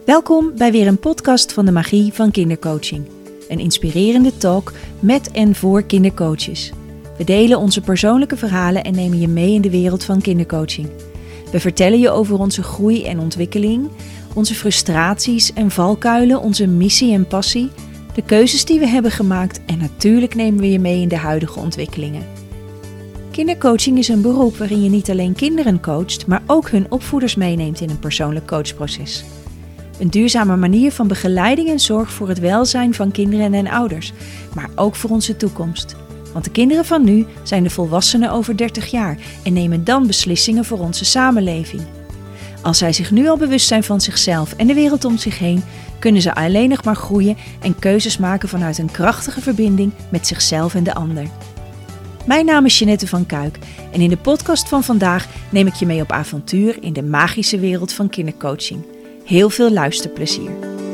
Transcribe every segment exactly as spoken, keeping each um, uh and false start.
Welkom bij weer een podcast van de magie van kindercoaching. Een inspirerende talk met en voor kindercoaches. We delen onze persoonlijke verhalen en nemen je mee in de wereld van kindercoaching. We vertellen je over onze groei en ontwikkeling, onze frustraties en valkuilen, onze missie en passie, de keuzes die we hebben gemaakt en natuurlijk nemen we je mee in de huidige ontwikkelingen. Kindercoaching is een beroep waarin je niet alleen kinderen coacht, maar ook hun opvoeders meeneemt in een persoonlijk coachproces. Een duurzame manier van begeleiding en zorg voor het welzijn van kinderen en ouders, maar ook voor onze toekomst. Want de kinderen van nu zijn de volwassenen over dertig jaar en nemen dan beslissingen voor onze samenleving. Als zij zich nu al bewust zijn van zichzelf en de wereld om zich heen, kunnen ze alleen nog maar groeien en keuzes maken vanuit een krachtige verbinding met zichzelf en de ander. Mijn naam is Jeanette van Kuik en in de podcast van vandaag neem ik je mee op avontuur in de magische wereld van kindercoaching. Heel veel luisterplezier.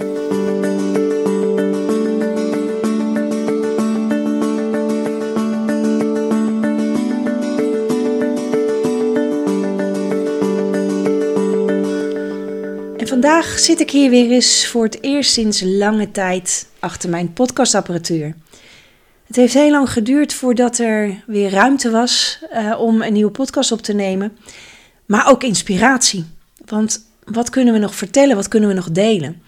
En vandaag zit ik hier weer eens voor het eerst sinds lange tijd achter mijn podcastapparatuur. Het heeft heel lang geduurd voordat er weer ruimte was uh, om een nieuwe podcast op te nemen. Maar ook inspiratie. Want wat kunnen we nog vertellen? Wat kunnen we nog delen?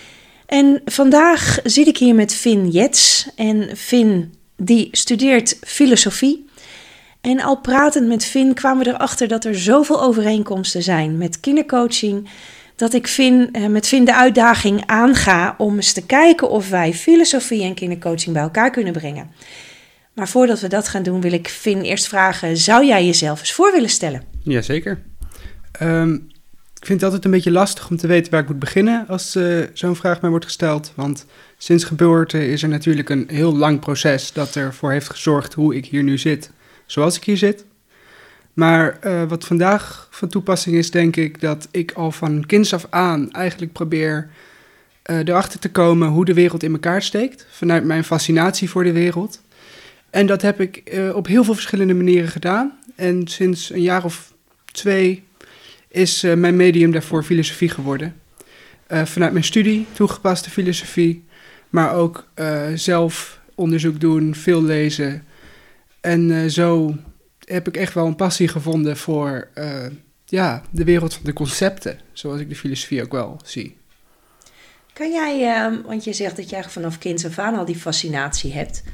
En vandaag zit ik hier met Finn Jets. En Finn die studeert filosofie. En al pratend met Finn kwamen we erachter dat er zoveel overeenkomsten zijn met kindercoaching, dat ik Finn, uh, met Finn de uitdaging aanga om eens te kijken of wij filosofie en kindercoaching bij elkaar kunnen brengen. Maar voordat we dat gaan doen, wil ik Finn eerst vragen, zou jij jezelf eens voor willen stellen? Jazeker. Um, ik vind het altijd een beetje lastig om te weten waar ik moet beginnen als uh, zo'n vraag mij wordt gesteld. Want sinds geboorte is er natuurlijk een heel lang proces dat ervoor heeft gezorgd hoe ik hier nu zit, zoals ik hier zit. Maar uh, wat vandaag van toepassing is, denk ik, dat ik al van kinds af aan eigenlijk probeer uh, erachter te komen hoe de wereld in elkaar steekt. Vanuit mijn fascinatie voor de wereld. En dat heb ik uh, op heel veel verschillende manieren gedaan. En sinds een jaar of twee is uh, mijn medium daarvoor filosofie geworden. Uh, vanuit mijn studie, toegepaste filosofie. Maar ook uh, zelf onderzoek doen, veel lezen. En uh, zo heb ik echt wel een passie gevonden voor uh, ja, de wereld van de concepten, zoals ik de filosofie ook wel zie. Kan jij, uh, want je zegt dat jij vanaf kinds af aan al die fascinatie hebt.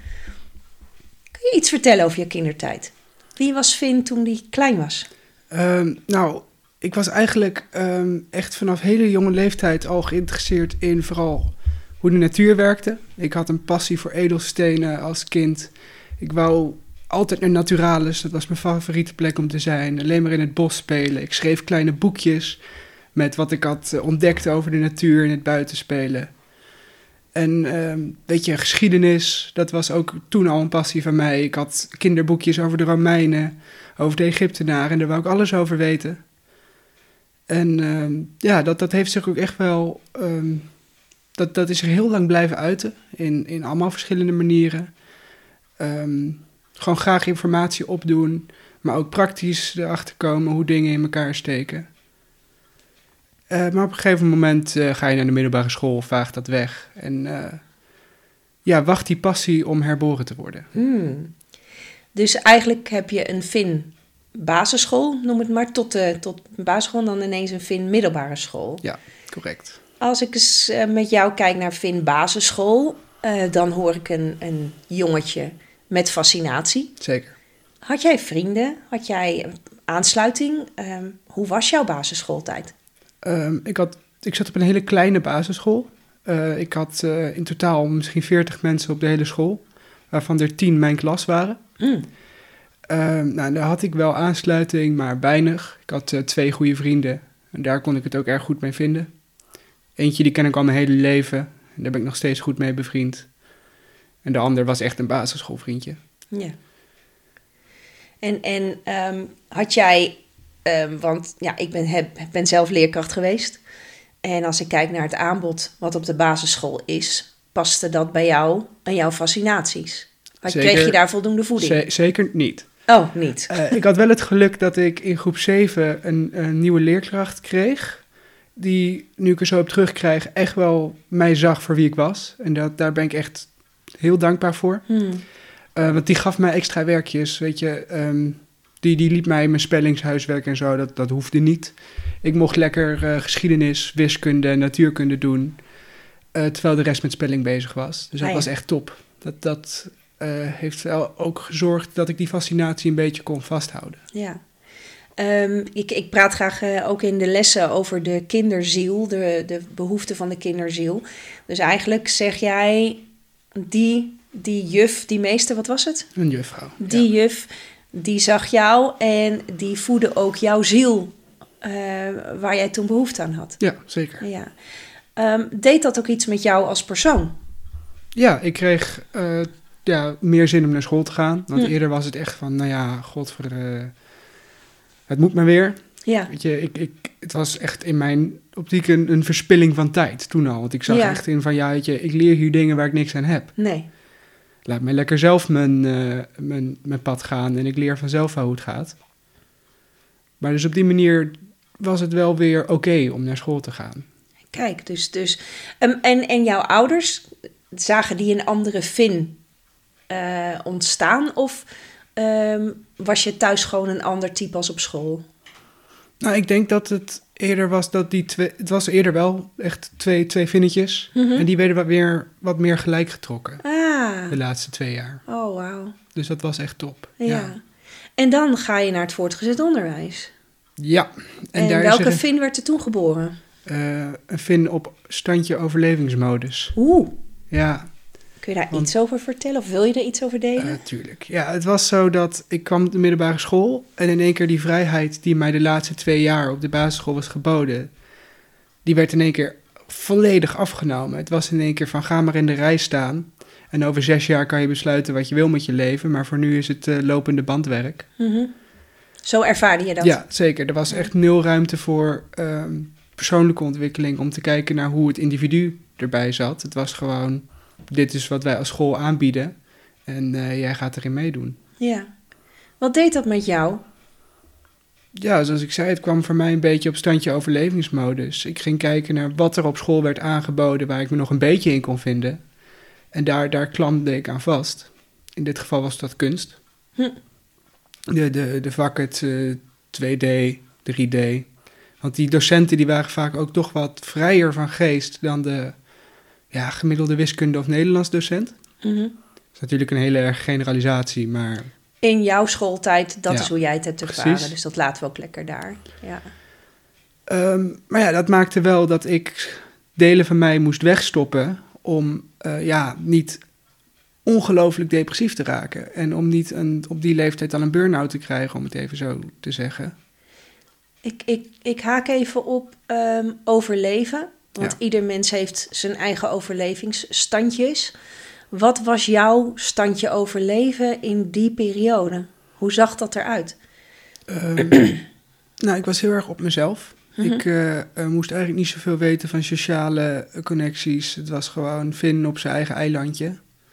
Kan je iets vertellen over je kindertijd? Wie was Finn toen hij klein was? Um, nou, ik was eigenlijk um, echt vanaf hele jonge leeftijd al geïnteresseerd in vooral hoe de natuur werkte. Ik had een passie voor edelstenen als kind. Ik wou altijd naar Naturalis, dat was mijn favoriete plek om te zijn. Alleen maar in het bos spelen. Ik schreef kleine boekjes met wat ik had ontdekt over de natuur en het buitenspelen. En um, weet je, geschiedenis, dat was ook toen al een passie van mij. Ik had kinderboekjes over de Romeinen, over de Egyptenaren en daar wou ik alles over weten. En um, ja, dat, dat heeft zich ook echt wel, um, dat, dat is er heel lang blijven uiten in, in allemaal verschillende manieren. Um, Gewoon graag informatie opdoen, maar ook praktisch erachter komen hoe dingen in elkaar steken. Uh, maar op een gegeven moment uh, ga je naar de middelbare school, vaagt dat weg. En uh, ja, wacht die passie om herboren te worden. Hmm. Dus eigenlijk heb je een Finn basisschool, noem het maar, tot, de, tot basisschool en dan ineens een Finn middelbare school. Ja, correct. Als ik eens uh, met jou kijk naar Finn basisschool, uh, dan hoor ik een, een jongetje met fascinatie. Zeker. Had jij vrienden? Had jij aansluiting? Um, hoe was jouw basisschooltijd? Um, ik, had, ik zat op een hele kleine basisschool. Uh, ik had uh, in totaal misschien veertig mensen op de hele school, waarvan er tien mijn klas waren. Mm. Um, nou, daar had ik wel aansluiting, maar weinig. Ik had uh, twee goede vrienden en daar kon ik het ook erg goed mee vinden. Eentje die ken ik al mijn hele leven en daar ben ik nog steeds goed mee bevriend. En de ander was echt een basisschoolvriendje. Ja. En, en um, had jij, um, want ja, ik ben, heb, ben zelf leerkracht geweest. En als ik kijk naar het aanbod wat op de basisschool is, paste dat bij jou en jouw fascinaties? Had, zeker, kreeg je daar voldoende voeding? Z- zeker niet. Oh, niet. Uh, ik had wel het geluk dat ik in groep zeven een, een nieuwe leerkracht kreeg, die, nu ik er zo op terugkrijg, echt wel mij zag voor wie ik was. En dat, daar ben ik echt heel dankbaar voor. Hmm. Uh, want die gaf mij extra werkjes, weet je. Um, die, die liet mij mijn spellingshuiswerk en zo, dat, dat hoefde niet. Ik mocht lekker uh, geschiedenis, wiskunde, natuurkunde doen. Uh, terwijl de rest met spelling bezig was. Dus dat ah, ja. was echt top. Dat, dat uh, heeft wel ook gezorgd dat ik die fascinatie een beetje kon vasthouden. Ja. Um, ik, ik praat graag uh, ook in de lessen over de kinderziel, de, de behoeften van de kinderziel. Dus eigenlijk zeg jij, die, die juf, die meester, wat was het? Een juffrouw. Die ja. juf, die zag jou en die voedde ook jouw ziel, uh, waar jij toen behoefte aan had. Ja, zeker. Ja. Um, deed dat ook iets met jou als persoon? Ja, ik kreeg uh, ja, meer zin om naar school te gaan. Want hm. eerder was het echt van, nou ja, godver... Uh, het moet maar weer. Ja. Weet je, ik, ik, het was echt in mijn optiek een, een verspilling van tijd toen al. Want ik zag ja. echt in van, ja, weet je, ik leer hier dingen waar ik niks aan heb. Nee. Laat mij lekker zelf mijn, uh, mijn, mijn pad gaan en ik leer vanzelf wel hoe het gaat. Maar dus op die manier was het wel weer oké okay om naar school te gaan. Kijk, dus... dus um, en, en jouw ouders, zagen die een andere Finn uh, ontstaan? Of um, was je thuis gewoon een ander type als op school? Nou, ik denk dat het eerder was dat die twee... Het was eerder wel echt twee, twee Finnetjes. Mm-hmm. En die werden wat, weer, wat meer gelijk getrokken. Ah. De laatste twee jaar. Oh, wauw. Dus dat was echt top. Ja. ja. En dan ga je naar het voortgezet onderwijs. Ja. En, en daar welke is er een, Finn werd er toen geboren? Uh, een Finn op standje overlevingsmodus. Oeh. Ja. Kun je daar Want, iets over vertellen? Of wil je er iets over delen? Uh, tuurlijk. Ja, het was zo dat ik kwam op de middelbare school. En in één keer die vrijheid die mij de laatste twee jaar op de basisschool was geboden, die werd in één keer volledig afgenomen. Het was in één keer van, ga maar in de rij staan. En over zes jaar kan je besluiten wat je wil met je leven. Maar voor nu is het uh, lopende bandwerk. Mm-hmm. Zo ervaarde je dat? Ja, zeker. Er was echt nul ruimte voor um, persoonlijke ontwikkeling, om te kijken naar hoe het individu erbij zat. Het was gewoon, dit is wat wij als school aanbieden en uh, jij gaat erin meedoen. Ja. Wat deed dat met jou? Ja, zoals ik zei, het kwam voor mij een beetje op standje overlevingsmodus. Ik ging kijken naar wat er op school werd aangeboden, waar ik me nog een beetje in kon vinden. En daar, daar klampte ik aan vast. In dit geval was dat kunst. Hm. De, de, de vakken uh, twee D, drie D. Want die docenten die waren vaak ook toch wat vrijer van geest dan de ja, gemiddelde wiskunde- of Nederlands docent. Mm-hmm. Dat is natuurlijk een hele erg generalisatie, maar... In jouw schooltijd, dat ja, is hoe jij het hebt ervaren. precies. Dus dat laten we ook lekker daar. Ja. Um, maar ja, dat maakte wel dat ik delen van mij moest wegstoppen om uh, ja, niet ongelooflijk depressief te raken. En om niet een, op die leeftijd dan een burn-out te krijgen, om het even zo te zeggen. Ik, ik, ik haak even op um, overleven. Want ja. ieder mens heeft zijn eigen overlevingsstandjes. Wat was jouw standje overleven in die periode? Hoe zag dat eruit? Um, nou, ik was heel erg op mezelf. Mm-hmm. Ik uh, uh, moest eigenlijk niet zoveel weten van sociale uh, connecties. Het was gewoon Finn op zijn eigen eilandje.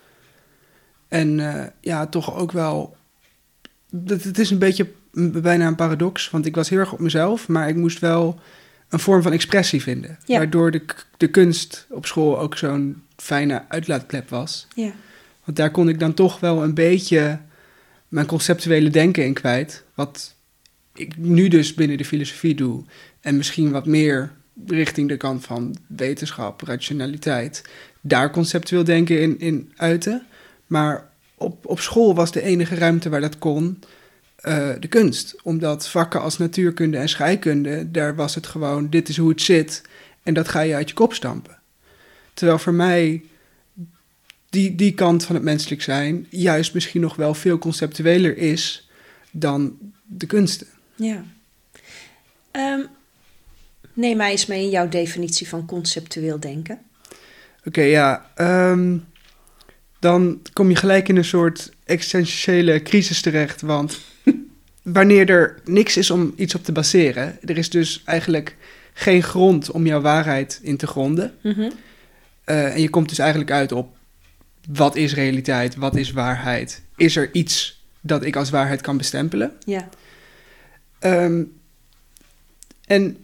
En uh, ja, toch ook wel... Het, het is een beetje bijna een paradox, want ik was heel erg op mezelf, maar ik moest wel een vorm van expressie vinden. Ja. Waardoor de, de kunst op school ook zo'n fijne uitlaatklep was. Ja. Want daar kon ik dan toch wel een beetje mijn conceptuele denken in kwijt. Wat ik nu dus binnen de filosofie doe. En misschien wat meer richting de kant van wetenschap, rationaliteit. Daar conceptueel denken in, in uiten. Maar op, op school was de enige ruimte waar dat kon uh, de kunst. Omdat vakken als natuurkunde en scheikunde, daar was het gewoon, dit is hoe het zit. En dat ga je uit je kop stampen. Terwijl voor mij die, die kant van het menselijk zijn juist misschien nog wel veel conceptueler is dan de kunsten. Ja. Um, neem mij eens mee in jouw definitie van conceptueel denken. Oké, okay, ja. Um, dan kom je gelijk in een soort existentiële crisis terecht. Want wanneer er niks is om iets op te baseren, er is dus eigenlijk geen grond om jouw waarheid in te gronden. Mm-hmm. Uh, en je komt dus eigenlijk uit op, wat is realiteit, wat is waarheid? Is er iets dat ik als waarheid kan bestempelen? Ja. Um, en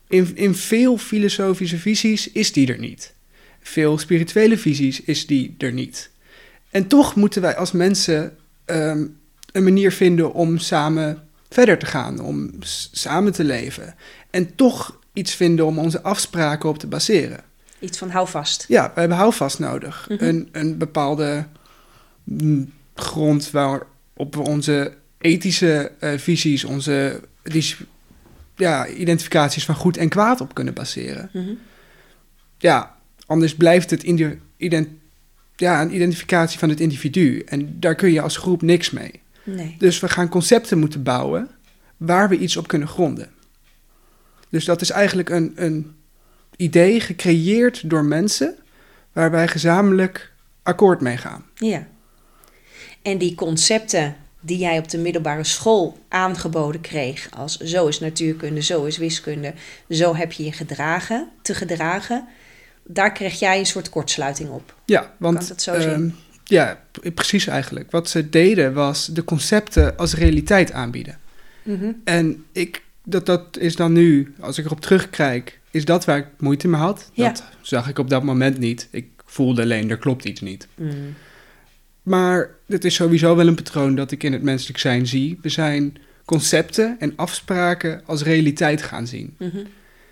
in, in veel filosofische visies is die er niet. Veel spirituele visies is die er niet. En toch moeten wij als mensen um, een manier vinden om samen verder te gaan, om s- samen te leven. En toch iets vinden om onze afspraken op te baseren. Iets van houvast. Ja, we hebben houvast nodig. Mm-hmm. Een, een bepaalde mm, grond waarop we onze ethische uh, visies, onze die, ja, identificaties van goed en kwaad op kunnen baseren. Mm-hmm. Ja, anders blijft het indi- ident- ja, een identificatie van het individu. En daar kun je als groep niks mee. Nee. Dus we gaan concepten moeten bouwen waar we iets op kunnen gronden. Dus dat is eigenlijk een, een idee gecreëerd door mensen waar wij gezamenlijk akkoord mee gaan. Ja. En die concepten die jij op de middelbare school aangeboden kreeg, als zo is natuurkunde, zo is wiskunde, zo heb je je gedragen, te gedragen, daar kreeg jij een soort kortsluiting op. Ja, want Kan ik dat zo zien? um, ja, precies eigenlijk. Wat ze deden was de concepten als realiteit aanbieden. Mm-hmm. En ik, dat, dat is dan nu, als ik erop terugkijk, is dat waar ik moeite mee had. Ja. Dat zag ik op dat moment niet. Ik voelde alleen, er klopt iets niet. Mm. Maar het is sowieso wel een patroon dat ik in het menselijk zijn zie. We zijn concepten en afspraken als realiteit gaan zien. Mm-hmm.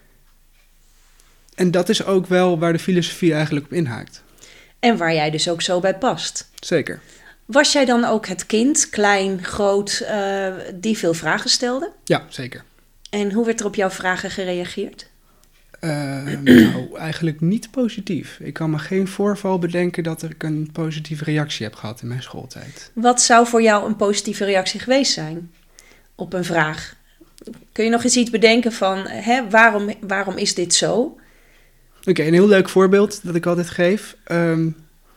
En dat is ook wel waar de filosofie eigenlijk op inhaakt. En waar jij dus ook zo bij past. Zeker. Was jij dan ook het kind, klein, groot, uh, die veel vragen stelde? Ja, zeker. En hoe werd er op jouw vragen gereageerd? Uh, nou, eigenlijk niet positief. Ik kan me geen voorval bedenken dat ik een positieve reactie heb gehad in mijn schooltijd. Wat zou voor jou een positieve reactie geweest zijn op een vraag? Kun je nog eens iets bedenken van, hè, waarom, waarom is dit zo? Oké, okay, een heel leuk voorbeeld dat ik altijd geef. Um,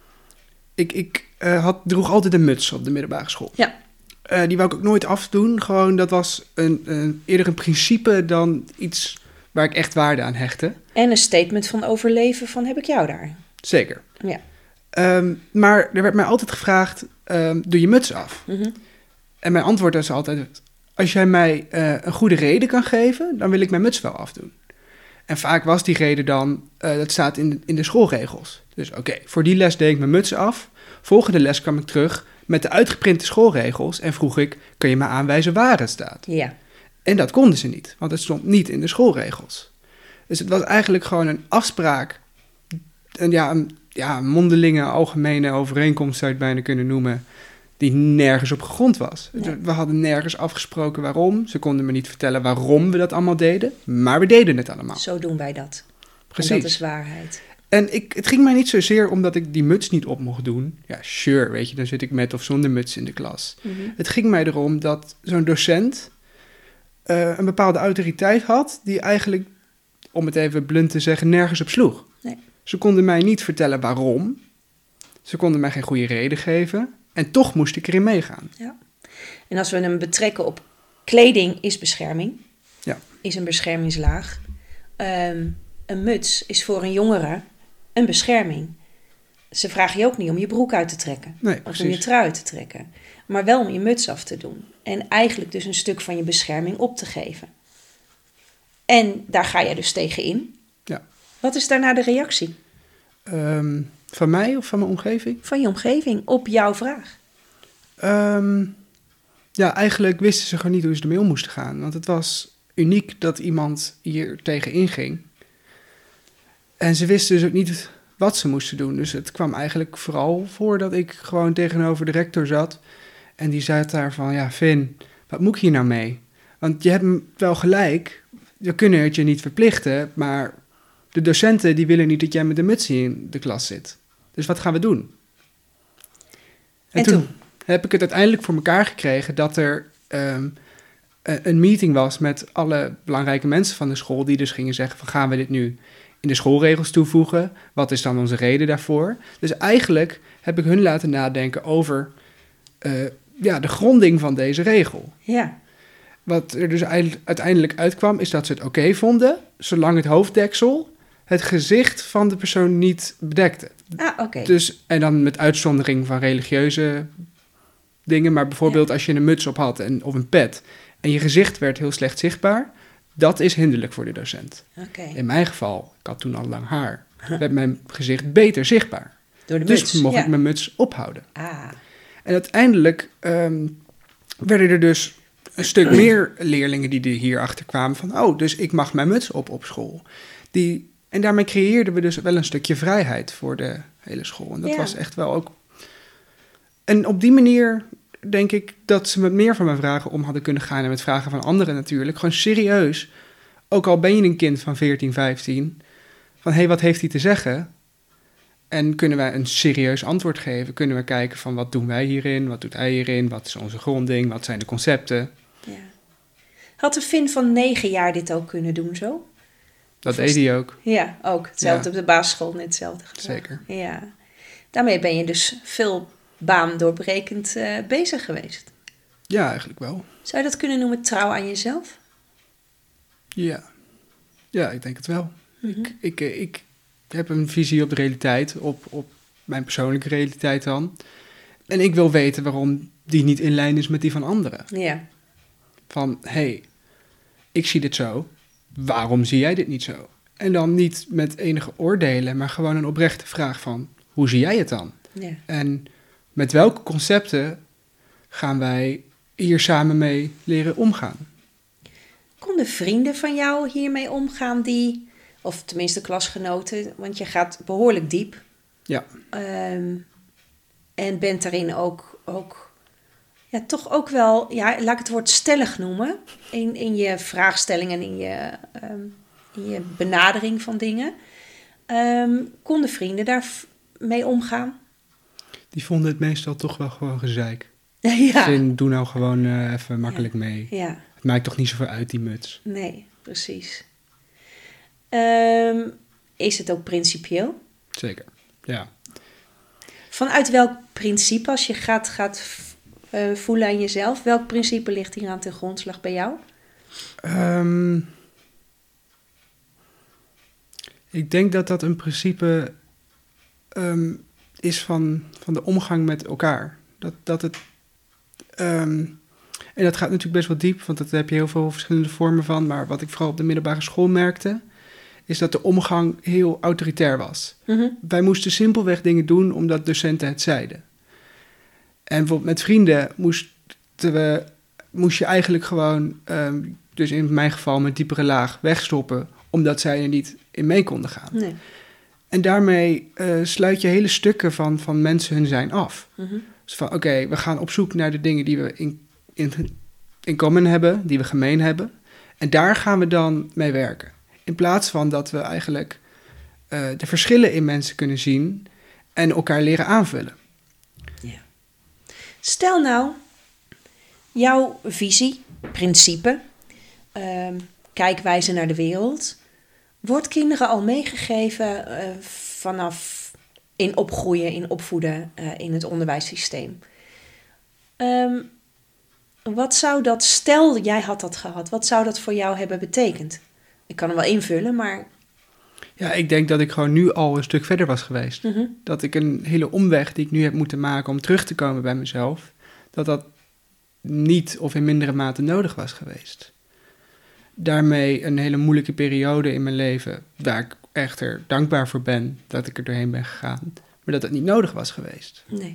ik ik uh, had, droeg altijd een muts op de middelbare school. Ja. Uh, die wou ik ook nooit afdoen. Gewoon, dat was een, een, eerder een principe dan iets waar ik echt waarde aan hechtte. En een statement van overleven van, heb ik jou daar? Zeker. Ja. Um, maar er werd mij altijd gevraagd, um, doe je muts af? Mm-hmm. En mijn antwoord was altijd, als jij mij uh, een goede reden kan geven, dan wil ik mijn muts wel afdoen. En vaak was die reden dan, uh, dat staat in de, in de schoolregels. Dus oké, okay, voor die les deed ik mijn muts af. Volgende les kwam ik terug met de uitgeprinte schoolregels en vroeg ik, kun je me aanwijzen waar het staat? Ja. En dat konden ze niet, want het stond niet in de schoolregels. Dus het was eigenlijk gewoon een afspraak, een, ja, een, ja, een mondelinge algemene overeenkomst zou je het bijna kunnen noemen, die nergens op gegrond was. Nee. We hadden nergens afgesproken waarom. Ze konden me niet vertellen waarom we dat allemaal deden, maar we deden het allemaal. Zo doen wij dat. Precies. En dat is waarheid. En ik, het ging mij niet zozeer omdat ik die muts niet op mocht doen. Ja, sure, weet je, dan zit ik met of zonder muts in de klas. Mm-hmm. Het ging mij erom dat zo'n docent uh, een bepaalde autoriteit had die eigenlijk, om het even blunt te zeggen, nergens op sloeg. Nee. Ze konden mij niet vertellen waarom. Ze konden mij geen goede reden geven. En toch moest ik erin meegaan. Ja. En als we hem betrekken op kleding is bescherming. Ja. Is een beschermingslaag. Um, een muts is voor een jongere een bescherming. Ze vragen je ook niet om je broek uit te trekken. Nee, of precies. om je trui uit te trekken. Maar wel om je muts af te doen. En eigenlijk dus een stuk van je bescherming op te geven. En daar ga je dus tegen in. Ja. Wat is daarna de reactie? Um, van mij of van mijn omgeving? Van je omgeving op jouw vraag. Um, ja, eigenlijk wisten ze gewoon niet hoe ze ermee om moesten gaan. Want het was uniek dat iemand hier tegen inging. En ze wisten dus ook niet wat ze moesten doen. Dus het kwam eigenlijk vooral voor dat ik gewoon tegenover de rector zat. En die zei daar van, ja Finn, wat moet ik hier nou mee? Want je hebt wel gelijk, we kunnen het je niet verplichten, maar de docenten die willen niet dat jij met een muts in de klas zit. Dus wat gaan we doen? En, en toen, toen heb ik het uiteindelijk voor elkaar gekregen dat er um, een meeting was met alle belangrijke mensen van de school die dus gingen zeggen van, gaan we dit nu in de schoolregels toevoegen? Wat is dan onze reden daarvoor? Dus eigenlijk heb ik hun laten nadenken over uh, ja, de gronding van deze regel. Ja. Wat er dus uiteindelijk uitkwam is dat ze het oké okay vonden, zolang het hoofddeksel het gezicht van de persoon niet bedekte. Ah, oké. Okay. Dus, en dan met uitzondering van religieuze dingen, maar bijvoorbeeld ja. als je een muts op had en, of een pet en je gezicht werd heel slecht zichtbaar, dat is hinderlijk voor de docent. Okay. In mijn geval, ik had toen al lang haar, werd mijn gezicht beter zichtbaar. Door de dus muts. mocht ja. ik mijn muts ophouden. Ah. En uiteindelijk um, werden er dus een stuk meer leerlingen die hierachter kwamen van, oh, dus ik mag mijn muts op op school. Die, en daarmee creëerden we dus wel een stukje vrijheid voor de hele school. En dat ja. was echt wel ook... En op die manier denk ik dat ze met meer van mijn vragen om hadden kunnen gaan en met vragen van anderen natuurlijk. Gewoon serieus, ook al ben je een kind van veertien, vijftien, van hé, hey, wat heeft hij te zeggen? En kunnen wij een serieus antwoord geven? Kunnen we kijken van wat doen wij hierin? Wat doet hij hierin? Wat is onze gronding? Wat zijn de concepten? Ja. Had de Finn van negen jaar dit ook kunnen doen zo? Dat deed hij ook. Ja, ook. Hetzelfde Ja. op de basisschool, net hetzelfde gedaan. Zeker. Ja. Daarmee ben je dus veel baandoorbrekend uh, bezig geweest. Ja, eigenlijk wel. Zou je dat kunnen noemen trouw aan jezelf? Ja. Ja, ik denk het wel. Mm-hmm. Ik, ik, ik heb een visie op de realiteit, op, op mijn persoonlijke realiteit dan. En ik wil weten waarom die niet in lijn is met die van anderen. Ja. Van, hé, hey, ik zie dit zo, waarom zie jij dit niet zo? En dan niet met enige oordelen, maar gewoon een oprechte vraag van, hoe zie jij het dan? Ja. En met welke concepten gaan wij hier samen mee leren omgaan? Konden vrienden van jou hiermee omgaan die, of tenminste klasgenoten, want je gaat behoorlijk diep. Ja. Um, en bent daarin ook, ook, ja, toch ook wel, ja, laat ik het woord stellig noemen, in, in je vraagstellingen, in je, um, in je benadering van dingen. Um, konden vrienden daarmee omgaan? Die vonden het meestal toch wel gewoon gezeik. Ja. Zin, doe nou gewoon uh, even makkelijk ja. mee. Ja. Het maakt toch niet zoveel uit, die muts. Nee, precies. Um, is het ook principieel? Zeker, ja. Vanuit welk principe, als je gaat, gaat uh, voelen aan jezelf, welk principe ligt hier aan ten grondslag bij jou? Um, ik denk dat dat een principe um, is van, van de omgang met elkaar. Dat, dat het... Um, en dat gaat natuurlijk best wel diep, want daar heb je heel veel verschillende vormen van. Maar wat ik vooral op de middelbare school merkte, is dat de omgang heel autoritair was. Mm-hmm. Wij moesten simpelweg dingen doen omdat docenten het zeiden. En bijvoorbeeld met vrienden moesten we, moest je eigenlijk gewoon, um, dus in mijn geval met diepere laag, wegstoppen, omdat zij er niet in mee konden gaan. Nee. En daarmee uh, sluit je hele stukken van, van mensen hun zijn af. Mm-hmm. Dus van oké, okay, we gaan op zoek naar de dingen die we in, in, in common hebben, die we gemeen hebben. En daar gaan we dan mee werken. In plaats van dat we eigenlijk uh, de verschillen in mensen kunnen zien en elkaar leren aanvullen. Ja. Stel nou, jouw visie, principe, um, kijkwijze naar de wereld, wordt kinderen al meegegeven uh, vanaf in opgroeien, in opvoeden, uh, in het onderwijssysteem. Um, wat zou dat, stel jij had dat gehad, wat zou dat voor jou hebben betekend? Ik kan hem wel invullen, maar... Ja, ik denk dat ik gewoon nu al een stuk verder was geweest. Mm-hmm. Dat ik een hele omweg die ik nu heb moeten maken om terug te komen bij mezelf, dat dat niet of in mindere mate nodig was geweest. Daarmee een hele moeilijke periode in mijn leven, waar ik echter dankbaar voor ben dat ik er doorheen ben gegaan, maar dat het niet nodig was geweest. Nee.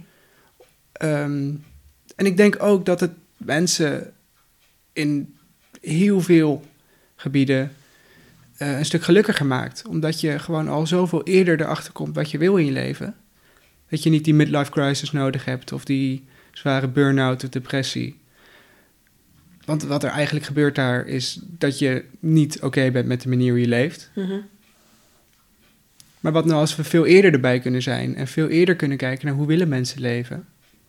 Um, en ik denk ook dat het mensen in heel veel gebieden uh, een stuk gelukkiger maakt. Omdat je gewoon al zoveel eerder erachter komt wat je wil in je leven. Dat je niet die midlife crisis nodig hebt of die zware burn-out of depressie. Want wat er eigenlijk gebeurt daar is dat je niet oké okay bent met de manier hoe je leeft. Mm-hmm. Maar wat nou als we veel eerder erbij kunnen zijn en veel eerder kunnen kijken naar hoe willen mensen leven.